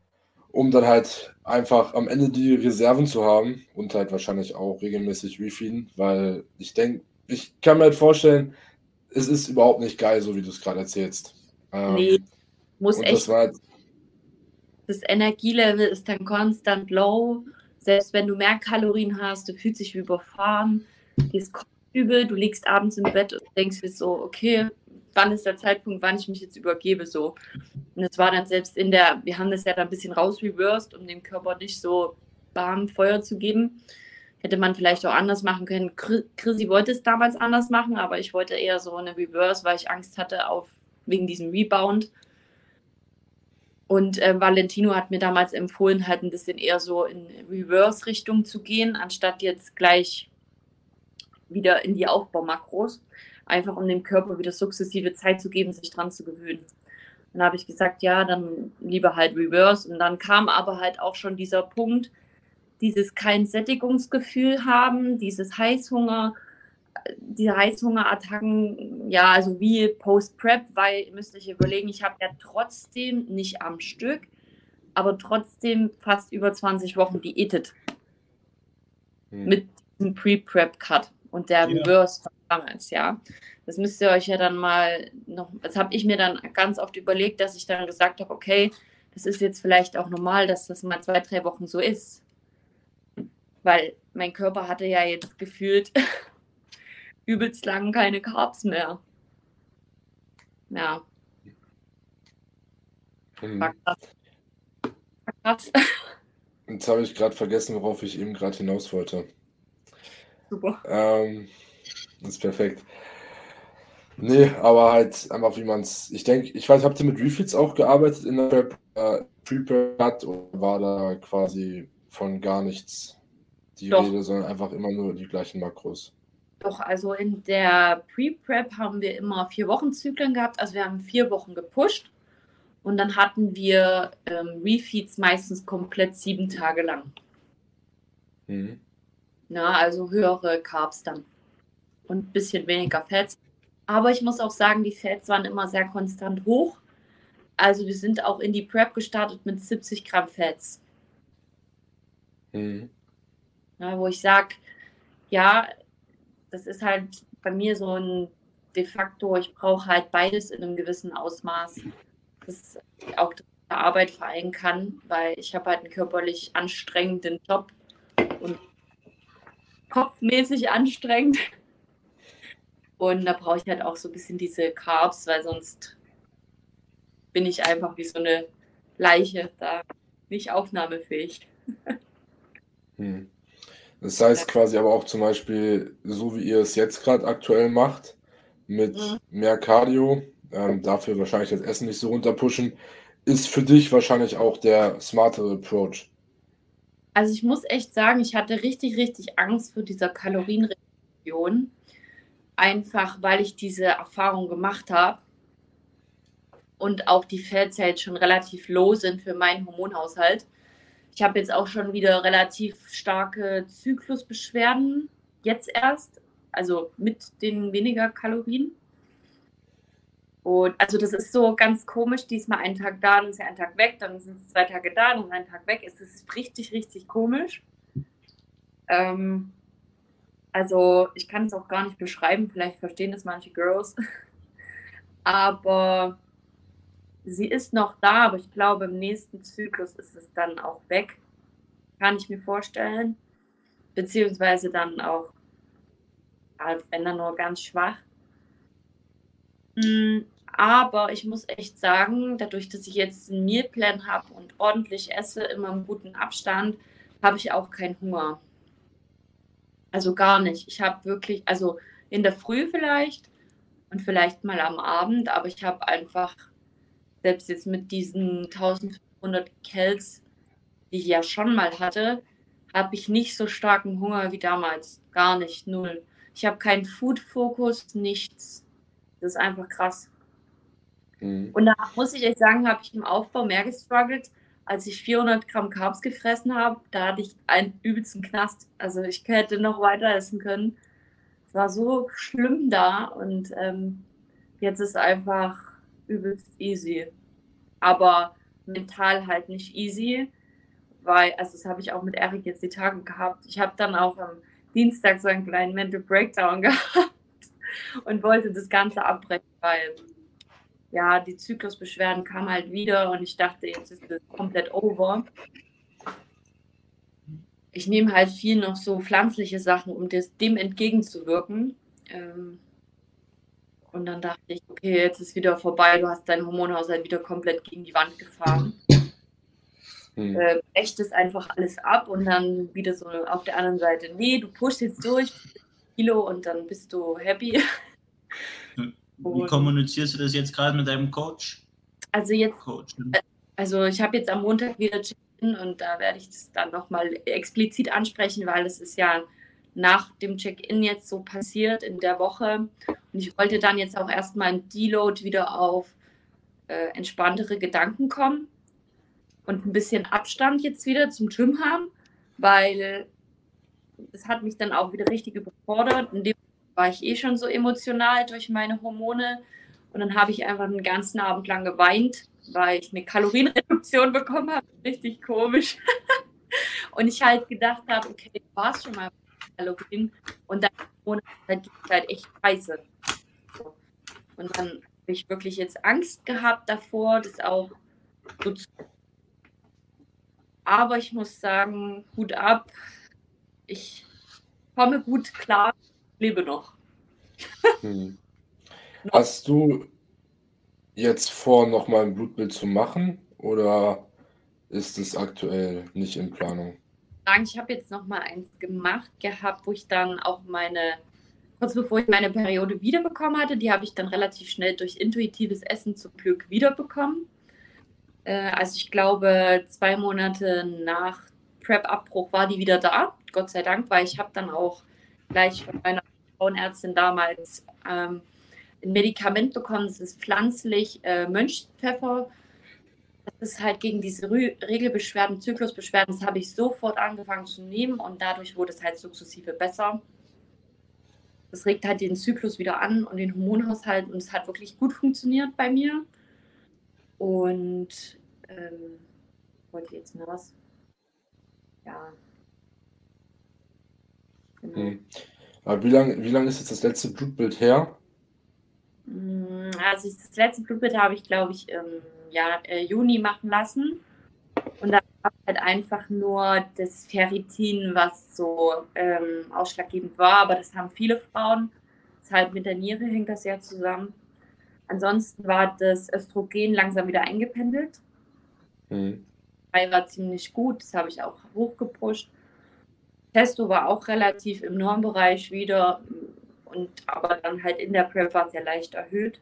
um dann halt einfach am Ende die Reserven zu haben und halt wahrscheinlich auch regelmäßig refeeden, weil ich denke, ich kann mir halt vorstellen, es ist überhaupt nicht geil, so wie du es gerade erzählst. Ähm, Nee, muss und echt, das war halt, das Energielevel ist dann konstant low. Selbst wenn du mehr Kalorien hast, du fühlst dich wie überfahren, dir ist übel, du liegst abends im Bett und denkst dir so, okay, wann ist der Zeitpunkt, wann ich mich jetzt übergebe, so. Und es war dann selbst in der, wir haben das ja dann ein bisschen rausreversed, um dem Körper nicht so bam Feuer zu geben. Hätte man vielleicht auch anders machen können. Chrissy wollte es damals anders machen, aber ich wollte eher so eine Reverse, weil ich Angst hatte auf, wegen diesem Rebound. Und äh, Valentino hat mir damals empfohlen, halt ein bisschen eher so in Reverse-Richtung zu gehen, anstatt jetzt gleich wieder in die Aufbaumakros. Einfach um dem Körper wieder sukzessive Zeit zu geben, sich dran zu gewöhnen. Dann habe ich gesagt, ja, dann lieber halt Reverse. Und dann kam aber halt auch schon dieser Punkt, dieses kein Sättigungsgefühl haben, dieses Heißhunger, diese Heißhungerattacken, ja, also wie Post-Prep, weil ihr müsst euch überlegen, ich habe ja trotzdem nicht am Stück, aber trotzdem fast über zwanzig Wochen diätet. Hm. Mit diesem Pre-Prep-Cut und der ja. Reverse von damals, ja. Das müsst ihr euch ja dann mal noch, das habe ich mir dann ganz oft überlegt, dass ich dann gesagt habe, okay, das ist jetzt vielleicht auch normal, dass das mal zwei, drei Wochen so ist. Weil mein Körper hatte ja jetzt gefühlt übelst lang keine Carbs mehr. Ja. Hm. War krass. War krass. Jetzt habe ich gerade vergessen, worauf ich eben gerade hinaus wollte. Super. Ähm, das ist perfekt. Nee, aber halt einfach, wie man es. Ich denke, ich weiß, habt ihr mit Refeeds auch gearbeitet in der Prep, äh, Pre-Prep oder war da quasi von gar nichts die Doch. Rede, sondern einfach immer nur die gleichen Makros? Doch, also in der Pre-Prep haben wir immer vier Wochen Zyklen gehabt. Also wir haben vier Wochen gepusht und dann hatten wir ähm, Refeeds meistens komplett sieben Tage lang. Mhm. Na, also höhere Carbs dann und ein bisschen weniger Fats. Aber ich muss auch sagen, die Fats waren immer sehr konstant hoch. Also wir sind auch in die Prep gestartet mit siebzig Gramm Fats. Mhm. Ja, wo ich sage, ja, das ist halt bei mir so ein de facto, ich brauche halt beides in einem gewissen Ausmaß, dass ich auch die Arbeit vereinen kann, weil ich habe halt einen körperlich anstrengenden Job und kopfmäßig anstrengend. Und da brauche ich halt auch so ein bisschen diese Carbs, weil sonst bin ich einfach wie so eine Leiche, da nicht aufnahmefähig. Hm. Das heißt quasi aber auch zum Beispiel, so wie ihr es jetzt gerade aktuell macht, mit Mhm. mehr Cardio, ähm, dafür wahrscheinlich das Essen nicht so runterpushen, ist für dich wahrscheinlich auch der smartere Approach. Also ich muss echt sagen, ich hatte richtig, richtig Angst vor dieser Kalorienreduktion. Einfach, weil ich diese Erfahrung gemacht habe und auch die Fats ja jetzt schon relativ low sind für meinen Hormonhaushalt. Ich habe jetzt auch schon wieder relativ starke Zyklusbeschwerden, jetzt erst, also mit den weniger Kalorien. Und also das ist so ganz komisch, diesmal einen Tag da, dann ist ja ein Tag weg, dann sind es zwei Tage da, dann ist ein Tag weg. Es ist richtig, richtig komisch. Ähm, also ich kann es auch gar nicht beschreiben, vielleicht verstehen das manche Girls. Aber sie ist noch da, aber ich glaube, im nächsten Zyklus ist es dann auch weg. Kann ich mir vorstellen. Beziehungsweise dann auch, wenn dann nur ganz schwach. Aber ich muss echt sagen, dadurch, dass ich jetzt einen Mealplan habe und ordentlich esse, immer im guten Abstand, habe ich auch keinen Hunger. Also gar nicht. Ich habe wirklich, also in der Früh vielleicht und vielleicht mal am Abend, aber ich habe einfach, selbst jetzt mit diesen eintausendfünfhundert Cals, die ich ja schon mal hatte, habe ich nicht so starken Hunger wie damals. Gar nicht, null. Ich habe keinen Food-Fokus, nichts. Das ist einfach krass. Mhm. Und da muss ich echt sagen, habe ich im Aufbau mehr gestruggelt, als ich vierhundert Gramm Carbs gefressen habe. Da hatte ich einen übelsten Knast. Also ich hätte noch weiter essen können. Es war so schlimm da und ähm, jetzt ist einfach übelst easy. Aber mental halt nicht easy, weil, also das habe ich auch mit Erik jetzt die Tage gehabt. Ich habe dann auch am Dienstag so einen kleinen Mental Breakdown gehabt und wollte das Ganze abbrechen, weil ja, die Zyklusbeschwerden kamen halt wieder und ich dachte, jetzt ist das komplett over. Ich nehme halt viel noch so pflanzliche Sachen, um das, dem entgegenzuwirken. Ähm, und dann dachte ich, okay, jetzt ist wieder vorbei, du hast deinen Hormonhaushalt wieder komplett gegen die Wand gefahren. Hm. Äh, echt es einfach alles ab und dann wieder so auf der anderen Seite, nee, du pushst jetzt durch, Kilo und dann bist du happy. Wie kommunizierst du das jetzt gerade mit deinem Coach? Also jetzt, Coach, ne? Also ich habe jetzt am Montag wieder Check-in und da werde ich das dann nochmal explizit ansprechen, weil es ist ja nach dem Check-in jetzt so passiert in der Woche. Und ich wollte dann jetzt auch erstmal ein Deload wieder auf äh, entspanntere Gedanken kommen und ein bisschen Abstand jetzt wieder zum Gym haben, weil es hat mich dann auch wieder richtig überfordert. In dem war ich eh schon so emotional durch meine Hormone und dann habe ich einfach einen ganzen Abend lang geweint, weil ich eine Kalorienreduktion bekommen habe. Richtig komisch. Und ich halt gedacht habe, okay, du warst schon mal bei Kalorien und dann Hormone halt, halt echt scheiße. Und dann habe ich wirklich jetzt Angst gehabt davor, das auch so zu. Aber ich muss sagen, Hut ab, ich komme gut klar, lebe noch. Hm. Hast du jetzt vor, nochmal ein Blutbild zu machen oder ist es aktuell nicht in Planung? Ich habe jetzt nochmal eins gemacht gehabt, wo ich dann auch meine, kurz bevor ich meine Periode wiederbekommen hatte, die habe ich dann relativ schnell durch intuitives Essen zum Glück wiederbekommen. Äh, also ich glaube, zwei Monate nach Prep-Abbruch war die wieder da, Gott sei Dank, weil ich habe dann auch gleich von meiner Frauenärztin damals ähm, ein Medikament bekommen, das ist pflanzlich äh, Mönchspfeffer. Das ist halt gegen diese Re Regelbeschwerden, Zyklusbeschwerden, das habe ich sofort angefangen zu nehmen und dadurch wurde es halt sukzessive besser. Das regt halt den Zyklus wieder an und den Hormonhaushalt und es hat wirklich gut funktioniert bei mir. Und ähm, wollte jetzt noch was? Ja. Genau. Hm. Aber wie lange wie lang ist jetzt das letzte Blutbild her? Also das letzte Blutbild habe ich, glaube ich, im Jahr, äh, Juni machen lassen. Und da habe ich halt einfach nur das Ferritin, was so ähm, ausschlaggebend war. Aber das haben viele Frauen. Deshalb mit der Niere hängt das ja zusammen. Ansonsten war das Östrogen langsam wieder eingependelt. Mhm. War ziemlich gut, das habe ich auch hochgepusht. Testo war auch relativ im Normbereich wieder, und aber dann halt in der Prep war es ja leicht erhöht.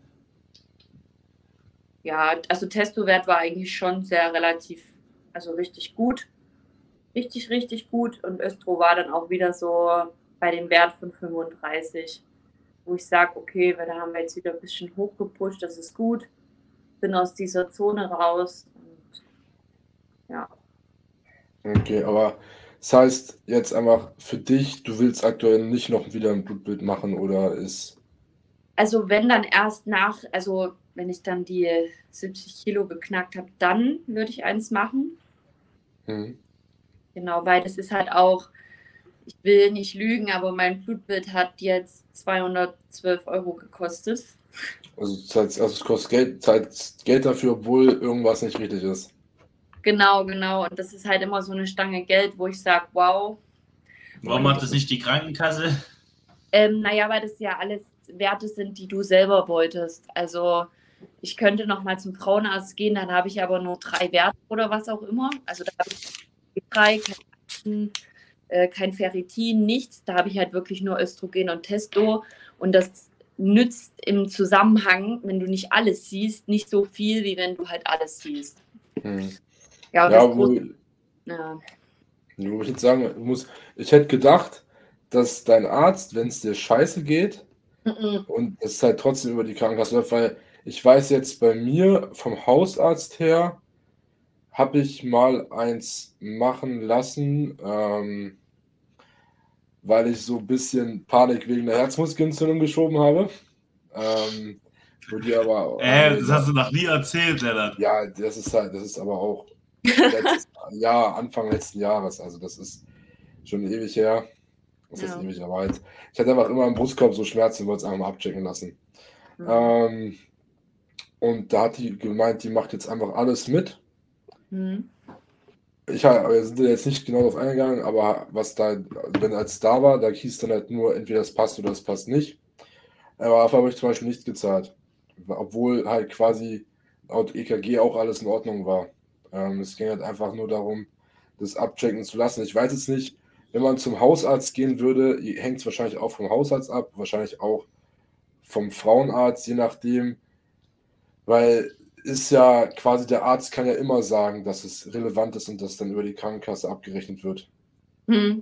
Ja, also Testo-Wert war eigentlich schon sehr relativ, also richtig gut. Richtig, richtig gut. Und Östro war dann auch wieder so bei dem Wert von fünfunddreißig. Wo ich sage, okay, da haben wir jetzt wieder ein bisschen hochgepusht, das ist gut. Bin aus dieser Zone raus. Und ja. Okay, aber das heißt jetzt einfach für dich, du willst aktuell nicht noch wieder ein Blutbild machen oder ist. Also wenn dann erst nach, also wenn ich dann die siebzig Kilo geknackt habe, dann würde ich eins machen. Hm. Genau, weil das ist halt auch, ich will nicht lügen, aber mein Blutbild hat jetzt zweihundertzwölf Euro gekostet. Also, also es kostet Geld, Zeit, Geld dafür, obwohl irgendwas nicht richtig ist. Genau, genau. Und das ist halt immer so eine Stange Geld, wo ich sage, wow. Warum macht das nicht die Krankenkasse? Ähm, naja, weil das ja alles Werte sind, die du selber wolltest. Also ich könnte noch mal zum Frauenarzt gehen, dann habe ich aber nur drei Werte oder was auch immer. Also da habe ich drei, kein, äh, kein Ferritin, nichts. Da habe ich halt wirklich nur Östrogen und Testo. Und das nützt im Zusammenhang, wenn du nicht alles siehst, nicht so viel, wie wenn du halt alles siehst. Hm. Ja, ja, das wo, ja. wo ich jetzt sagen muss, ich hätte gedacht, dass dein Arzt, wenn es dir scheiße geht, mm-mm. und es halt trotzdem über die Krankenkasse läuft, weil ich weiß jetzt bei mir vom Hausarzt her, habe ich mal eins machen lassen, ähm, weil ich so ein bisschen Panik wegen der Herzmuskelentzündung geschoben habe. Ähm, wo die aber, äh, das hast du noch nie erzählt, Lennart. Ja, das ist halt, das ist aber auch letztes Jahr, Anfang letzten Jahres. Also das ist schon ewig her. Das ist Ja. ewig weit. Ich hatte einfach immer im Brustkorb so Schmerzen und wollte es einfach mal abchecken lassen. Mhm. Ähm, und da hat die gemeint, die macht jetzt einfach alles mit. Mhm. Ich hab- wir sind da jetzt nicht genau drauf eingegangen, aber was da, wenn als da war, da hieß dann halt nur, entweder das passt oder das passt nicht. Aber dafür habe ich zum Beispiel nicht gezahlt. Obwohl halt quasi laut E K G auch alles in Ordnung war. Ähm, es ging halt einfach nur darum, das abchecken zu lassen. Ich weiß jetzt nicht, wenn man zum Hausarzt gehen würde, hängt es wahrscheinlich auch vom Hausarzt ab, wahrscheinlich auch vom Frauenarzt, je nachdem, weil ist ja quasi der Arzt kann ja immer sagen, dass es relevant ist und das dann über die Krankenkasse abgerechnet wird. Hm.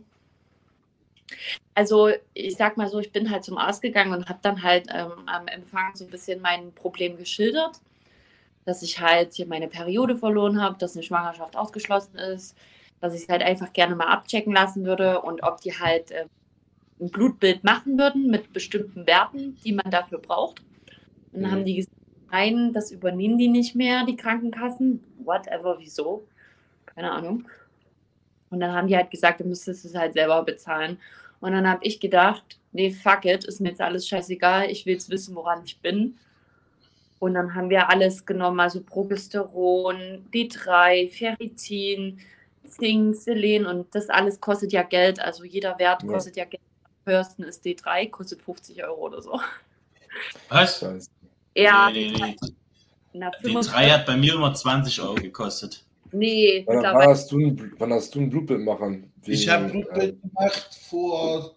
Also ich sag mal so, ich bin halt zum Arzt gegangen und habe dann halt ähm, am Empfang so ein bisschen mein Problem geschildert, dass ich halt hier meine Periode verloren habe, dass eine Schwangerschaft ausgeschlossen ist, dass ich es halt einfach gerne mal abchecken lassen würde und ob die halt ähm, ein Blutbild machen würden mit bestimmten Werten, die man dafür braucht. Und dann Mhm. haben die gesagt, nein, das übernehmen die nicht mehr, die Krankenkassen. Whatever, wieso? Keine Ahnung. Und dann haben die halt gesagt, du müsstest es halt selber bezahlen. Und dann habe ich gedacht, nee, fuck it, ist mir jetzt alles scheißegal, ich will jetzt wissen, woran ich bin. Und dann haben wir alles genommen, also Progesteron, D drei, Ferritin, Zink, Selen und das alles kostet ja Geld. Also jeder Wert Ja. kostet ja Geld. Am höchsten ist D drei, kostet fünfzig Euro oder so. Was? Scheiße. Ja, Nee, nee, nee. na, Die fünfundzwanzig drei hat bei mir immer zwanzig Euro gekostet. Nee, Wann, wann, mittlerweile. hast du ein, wann hast du ein Blutbild machen? Ich Wegen, habe Blutbild äh, gemacht vor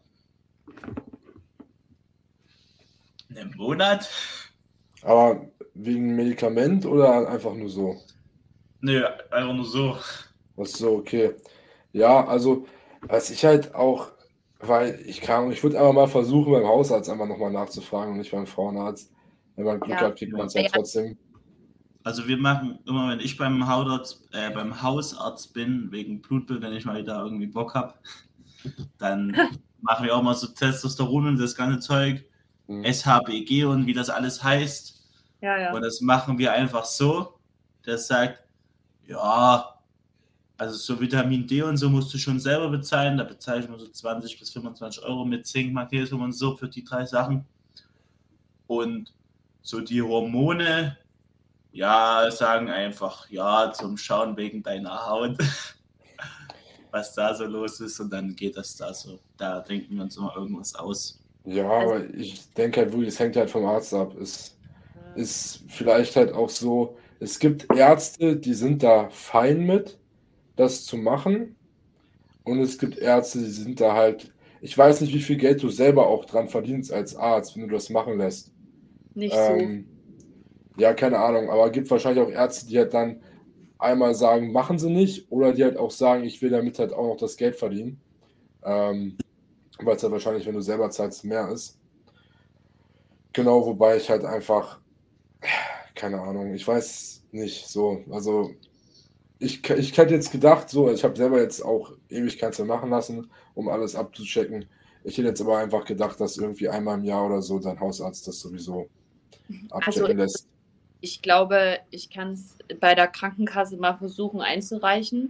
einem Monat. aber wegen Medikament oder einfach nur so? Nö, einfach nur so. Ach so, okay. Ja, also, was ich halt auch, weil ich kann, ich würde einfach mal versuchen, beim Hausarzt einfach nochmal nachzufragen und nicht beim Frauenarzt. Wenn man Glück Ja. hat, kriegt man es ja Ja. trotzdem. Also wir machen immer, wenn ich beim Hausarzt, äh, beim Hausarzt bin, wegen Blutbild, wenn ich mal wieder irgendwie Bock habe, dann machen wir auch mal so Testosteron und das ganze Zeug, Hm. S H B G und wie das alles heißt. Ja, ja. Und das machen wir einfach so, der sagt, ja, also so Vitamin D und so musst du schon selber bezahlen. Da bezahle ich mal so zwanzig bis fünfundzwanzig Euro mit Zink, Magnesium und so für die drei Sachen. Und so die Hormone, ja, sagen einfach, ja, zum Schauen wegen deiner Haut, was da so los ist. Und dann geht das da so. Da denken wir uns immer irgendwas aus. Ja, Also- aber ich denke halt wirklich, es hängt halt vom Arzt ab. Es ist vielleicht halt auch so, es gibt Ärzte, die sind da fein mit, das zu machen. Und es gibt Ärzte, die sind da halt, ich weiß nicht, wie viel Geld du selber auch dran verdienst als Arzt, wenn du das machen lässt. Nicht Ähm, ja, keine Ahnung, aber es gibt wahrscheinlich auch Ärzte, die halt dann einmal sagen, machen sie nicht, oder die halt auch sagen, ich will damit halt auch noch das Geld verdienen. Ähm, weil es ja wahrscheinlich, wenn du selber zahlst, mehr ist. Genau, wobei ich halt einfach, keine Ahnung, ich weiß nicht so, also ich, ich hätte jetzt gedacht, so, ich habe selber jetzt auch ewig keins mehr machen lassen, um alles abzuchecken. Ich hätte jetzt aber einfach gedacht, dass irgendwie einmal im Jahr oder so dein Hausarzt das sowieso abchecken Also- lässt. Ich glaube, ich kann es bei der Krankenkasse mal versuchen einzureichen.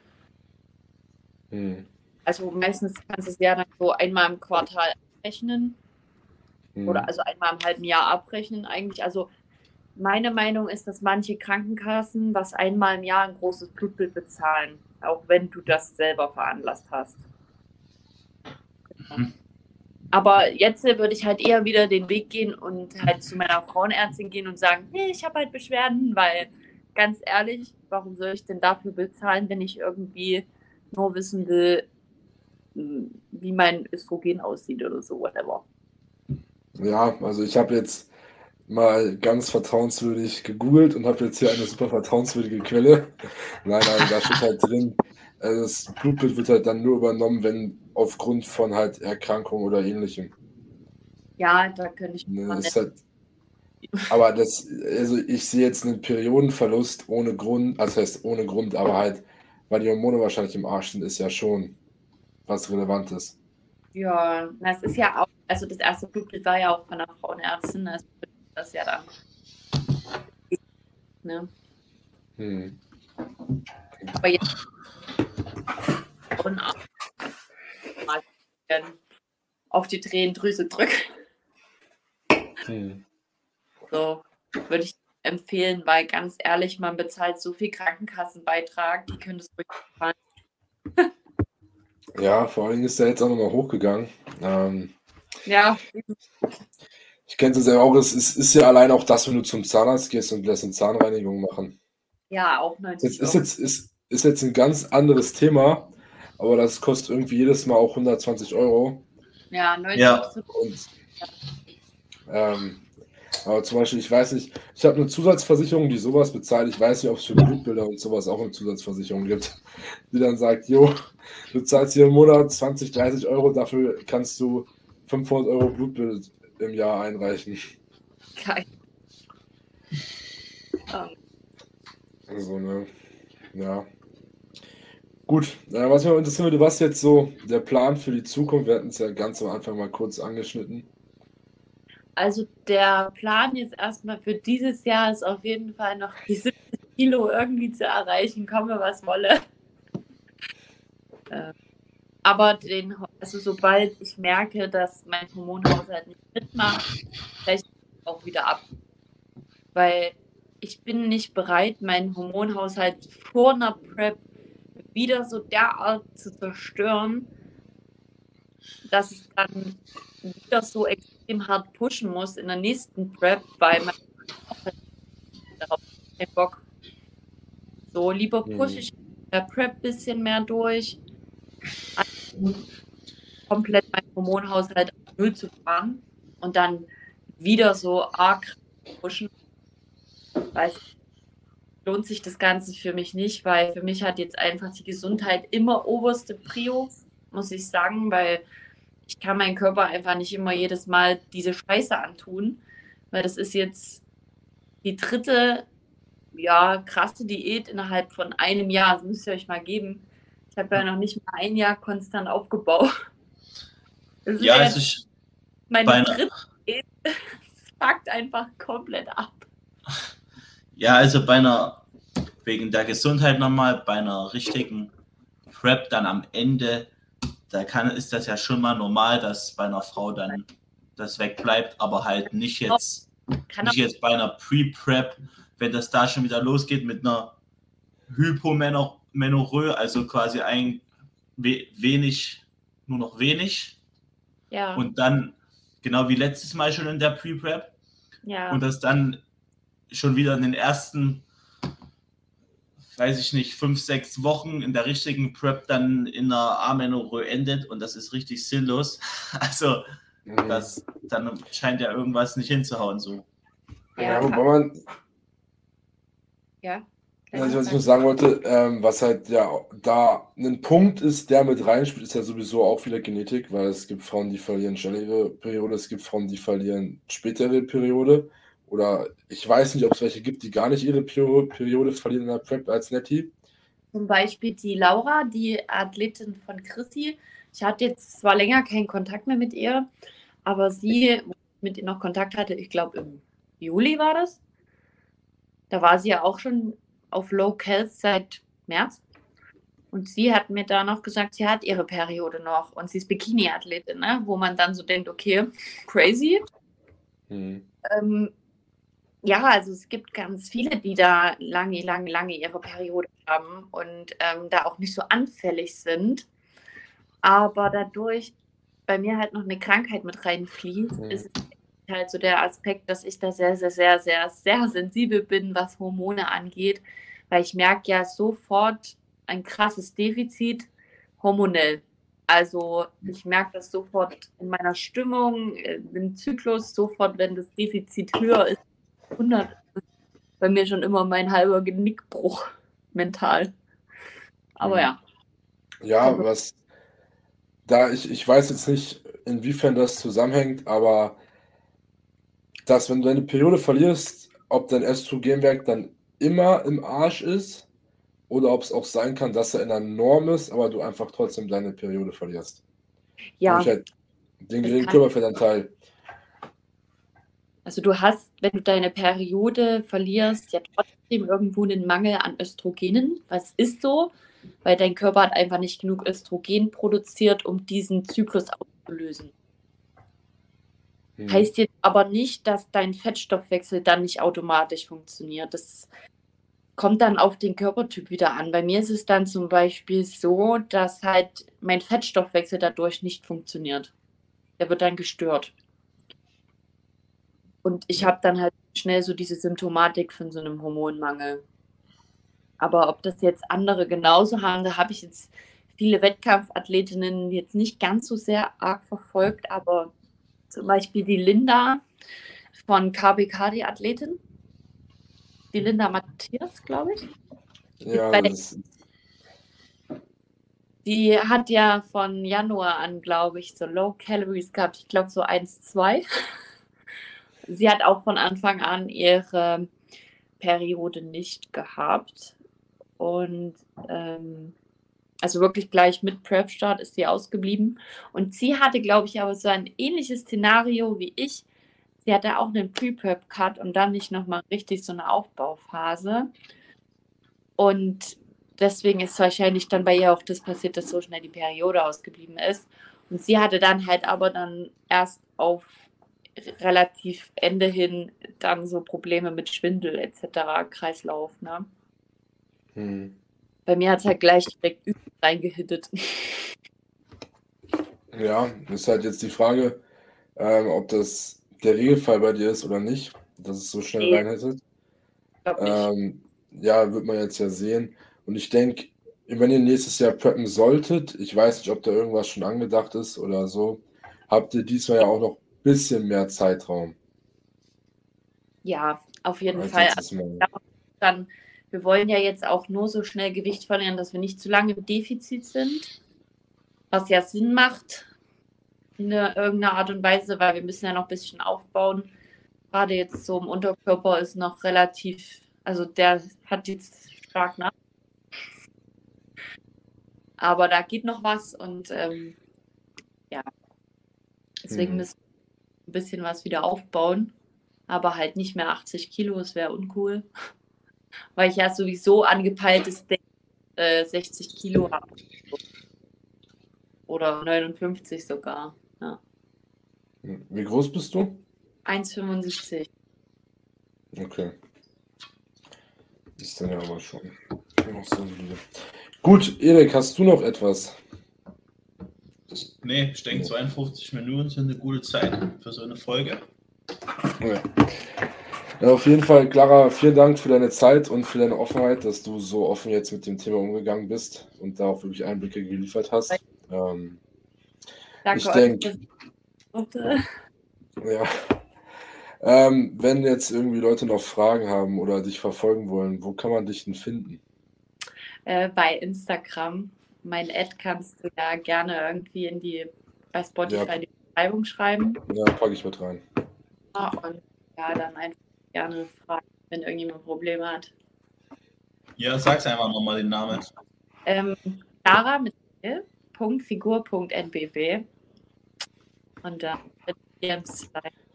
Hm. Also meistens kannst du es ja dann so einmal im Quartal abrechnen Hm. oder also einmal im halben Jahr abrechnen eigentlich. Also meine Meinung ist, dass manche Krankenkassen was einmal im Jahr ein großes Blutbild bezahlen, auch wenn du das selber veranlasst hast. Mhm. Aber jetzt würde ich halt eher wieder den Weg gehen und halt zu meiner Frauenärztin gehen und sagen, hey, ich habe halt Beschwerden, weil ganz ehrlich, warum soll ich denn dafür bezahlen, wenn ich irgendwie nur wissen will, wie mein Östrogen aussieht oder so, whatever. Ja, also ich habe jetzt mal ganz vertrauenswürdig gegoogelt und habe jetzt hier eine super vertrauenswürdige Quelle. Nein, also da steht halt drin, äh, das Blutbild wird halt dann nur übernommen, wenn aufgrund von halt Erkrankung oder ähnlichem. Ja, da könnte ich Ne, mal ist halt, aber das, also ich sehe jetzt einen Periodenverlust ohne Grund, also heißt ohne Grund, aber halt, weil die Hormone wahrscheinlich im Arsch sind, ist ja schon was Relevantes. Ja, das ist ja auch, also das erste Blutbild war ja auch von einer Frauenärztin, also das ja dann. Ne? Hm. Aber jetzt auf die Tränendrüse drücke. Hm. So würde ich empfehlen, weil ganz ehrlich, man bezahlt so viel Krankenkassenbeitrag, die können das ruhig bezahlen. Ja, vor allen Dingen ist der jetzt auch nochmal hochgegangen. Ähm, Ja, ich kenne es ja auch, es ist, ist ja allein auch das, wenn du zum Zahnarzt gehst und lässt eine Zahnreinigung machen. ja, auch Jetzt neunzig ist Euro. jetzt, ist, ist jetzt ein ganz anderes Thema, aber das kostet irgendwie jedes Mal auch hundertzwanzig Euro. Ja, neunzig Ja. ist so- Und ähm, aber zum Beispiel, ich weiß nicht, ich habe eine Zusatzversicherung, die sowas bezahlt. Ich weiß nicht, ob es für Blutbilder und sowas auch eine Zusatzversicherung gibt, die dann sagt, jo, du zahlst hier im Monat zwanzig, dreißig Euro, dafür kannst du fünfhundert Euro Blutbild im Jahr einreichen. geil. Ähm, Also, ne, ja. Gut, äh, was mich interessieren würde, was jetzt so der Plan für die Zukunft, wir hatten es ja ganz am Anfang mal kurz angeschnitten. Also der Plan jetzt erstmal für dieses Jahr ist auf jeden Fall noch die siebzig Kilo irgendwie zu erreichen, komme was wolle. Äh, aber den, also sobald ich merke, dass mein Hormonhaushalt nicht mitmacht, breche ich auch wieder ab. Weil ich bin nicht bereit, meinen Hormonhaushalt vor einer Prep wieder so derart zu zerstören, dass ich dann wieder so extrem hart pushen muss in der nächsten Prep, weil mein Haushalt darauf keinen Bock. So, lieber pushe ich in der Prep ein bisschen mehr durch, als komplett meinen Hormonhaushalt auf Null zu fahren und dann wieder so arg pushen. Weil es lohnt sich das Ganze für mich nicht, weil für mich hat jetzt einfach die Gesundheit immer oberste Prio, muss ich sagen, weil ich kann meinen Körper einfach nicht immer jedes Mal diese Scheiße antun, weil das ist jetzt die dritte, ja, krasse Diät innerhalb von einem Jahr. Das müsst ihr euch mal geben. Ich habe ja noch nicht mal ein Jahr konstant aufgebaut. Das ist Ja, ja es ist meine bei einer- dritte Diät. Das fuckt einfach komplett ab. Ja, also bei einer, wegen der Gesundheit nochmal, bei einer richtigen Prep dann am Ende, da kann, ist das ja schon mal normal, dass bei einer Frau dann das wegbleibt, aber halt nicht jetzt, Kann nicht jetzt bei einer Pre-Prep, wenn das da schon wieder losgeht mit einer Hypomenorrhoe, also quasi ein we- wenig, nur noch wenig ja, und dann genau wie letztes Mal schon in der Pre-Prep ja. und das dann schon wieder in den ersten, weiß ich nicht, fünf, sechs Wochen in der richtigen Prep dann in einer Amenorrhoe endet und das ist richtig sinnlos. Also Mhm. das, dann scheint ja irgendwas nicht hinzuhauen so. Ja, wobei man, ja. also was ich nur sagen wollte, ähm, was halt ja da ein Punkt ist, der mit reinspielt, ist ja sowieso auch wieder Genetik, weil es gibt Frauen, die verlieren schnell ihre Periode, es gibt Frauen, die verlieren später ihre Periode. Oder ich weiß nicht, ob es welche gibt, die gar nicht ihre Peri- Periode verlieren in der Prep als Nettie. Zum Beispiel die Laura, die Athletin von Chrissy. Ich hatte jetzt zwar länger keinen Kontakt mehr mit ihr, aber sie, wo ich mit ihr noch Kontakt hatte, ich glaube im Juli war das. Da war sie ja auch schon auf Low Cal seit März. Und sie hat mir da noch gesagt, sie hat ihre Periode noch und sie ist Bikini-Athletin, ne? Wo man dann so denkt, okay, crazy. Mhm. Ähm, ja, also es gibt ganz viele, die da lange, lange, lange ihre Periode haben und ähm, da auch nicht so anfällig sind. Aber dadurch bei mir halt noch eine Krankheit mit reinfließt, Mhm. ist es halt so der Aspekt, dass ich da sehr, sehr, sehr, sehr, sehr sensibel bin, was Hormone angeht, weil ich merke ja sofort ein krasses Defizit hormonell. Also ich merke das sofort in meiner Stimmung, äh, im Zyklus, sofort, wenn das Defizit höher ist, hundert, ist bei mir schon immer mein halber Genickbruch mental. Aber Mhm. ja, Ja, Also- was da, ich, ich weiß jetzt nicht, inwiefern das zusammenhängt, aber dass, wenn du deine Periode verlierst, ob dein Östrogenwert dann immer im Arsch ist oder ob es auch sein kann, dass er in der Norm ist, aber du einfach trotzdem deine Periode verlierst. ja, Durch halt den das geringen kann- Körperfettanteil. also du hast, wenn du deine Periode verlierst, ja trotzdem irgendwo einen Mangel an Östrogenen. Was ist so? Weil dein Körper hat einfach nicht genug Östrogen produziert, um diesen Zyklus auszulösen. Hm. Heißt jetzt aber nicht, dass dein Fettstoffwechsel dann nicht automatisch funktioniert. Das kommt dann auf den Körpertyp wieder an. Bei mir ist es dann zum Beispiel so, dass halt mein Fettstoffwechsel dadurch nicht funktioniert. Der wird dann gestört. Und ich habe dann halt schnell so diese Symptomatik von so einem Hormonmangel. Aber ob das jetzt andere genauso haben, da habe ich jetzt viele Wettkampfathletinnen jetzt nicht ganz so sehr arg verfolgt, aber zum Beispiel die Linda von K B K, die Athletin, die Linda Matthias, glaube ich. Ja, Bei der- das, Die hat ja von Januar an, glaube ich, so Low Calories gehabt. Ich glaube so eins, zwei. Sie hat auch von Anfang an ihre Periode nicht gehabt. Und ähm, also wirklich gleich mit Prep-Start ist sie ausgeblieben. Und sie hatte, glaube ich, aber so ein ähnliches Szenario wie ich. Sie hatte auch einen Pre-Prep-Cut und dann nicht nochmal richtig so eine Aufbauphase. Und deswegen ist wahrscheinlich dann bei ihr auch das passiert, dass so schnell die Periode ausgeblieben ist. Und sie hatte dann halt aber dann erst auf relativ Ende hin dann so Probleme mit Schwindel et cetera, Kreislauf, ne? hm. Bei mir hat es halt gleich direkt übel reingehittet. Ja, ist halt jetzt die Frage, ähm, ob das der Regelfall bei dir ist oder nicht, dass es so schnell Nee. reinhittet. Ich glaube nicht. Ähm, ja, wird man jetzt ja sehen. Und ich denke, wenn ihr nächstes Jahr preppen solltet, ich weiß nicht, ob da irgendwas schon angedacht ist oder so, habt ihr diesmal ja auch noch ein bisschen mehr Zeitraum. Ja, auf jeden als Fall. letztes Mal. Dann, wir wollen ja jetzt auch nur so schnell Gewicht verlieren, dass wir nicht zu lange im Defizit sind. Was ja Sinn macht in irgendeiner Art und Weise, weil wir müssen ja noch ein bisschen aufbauen. Gerade jetzt so im Unterkörper ist noch relativ, also der hat jetzt stark nach. Aber da geht noch was und ähm, ja, deswegen Hm. müssen wir ein bisschen was wieder aufbauen. Aber halt nicht mehr achtzig Kilo, das wäre uncool. Weil ich ja sowieso angepeiltes äh, sechzig Kilo habe. Oder neunundfünfzig sogar. Ja. Wie groß bist du? eins Komma fünfundsiebzig. Okay. Ist dann ja aber schon noch so solide. Gut, Erik, hast du noch etwas? Nee, ich denke, zweiundfünfzig Minuten sind eine gute Zeit für so eine Folge. Ja. Ja, auf jeden Fall, Clara, vielen Dank für deine Zeit und für deine Offenheit, dass du so offen jetzt mit dem Thema umgegangen bist und da auch wirklich Einblicke geliefert hast. Ähm, Danke ich euch. denke, Bitte. ja, ähm, wenn jetzt irgendwie Leute noch Fragen haben oder dich verfolgen wollen, wo kann man dich denn finden? Äh, bei Instagram. Mein Ad kannst du ja gerne irgendwie in die, bei Spotify Ja. die Beschreibung schreiben. Ja, packe ich mit rein. Und ja, dann einfach gerne fragen, wenn irgendjemand Probleme hat. Ja, sag's einfach nochmal den Namen. Ähm, Clara mit Figur.nbb und dann D Ms.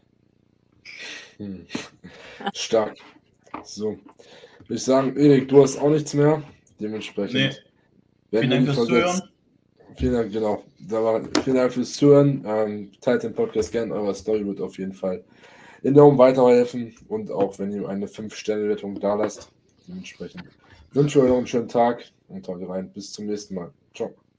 Hm. Stark. So. Würde ich sagen, Erik, du hast auch nichts mehr. Dementsprechend. Nee. Vielen Vielen Dank fürs Zuhören. Vielen Dank, genau. Da war, vielen Dank fürs Zuhören. Ähm, teilt den Podcast gerne, eurer Story wird auf jeden Fall enorm weiterhelfen und auch wenn ihr eine fünf Sterne Wertung da lasst. Dementsprechend wünsche ich euch noch einen schönen Tag und haut rein. Bis zum nächsten Mal. Ciao.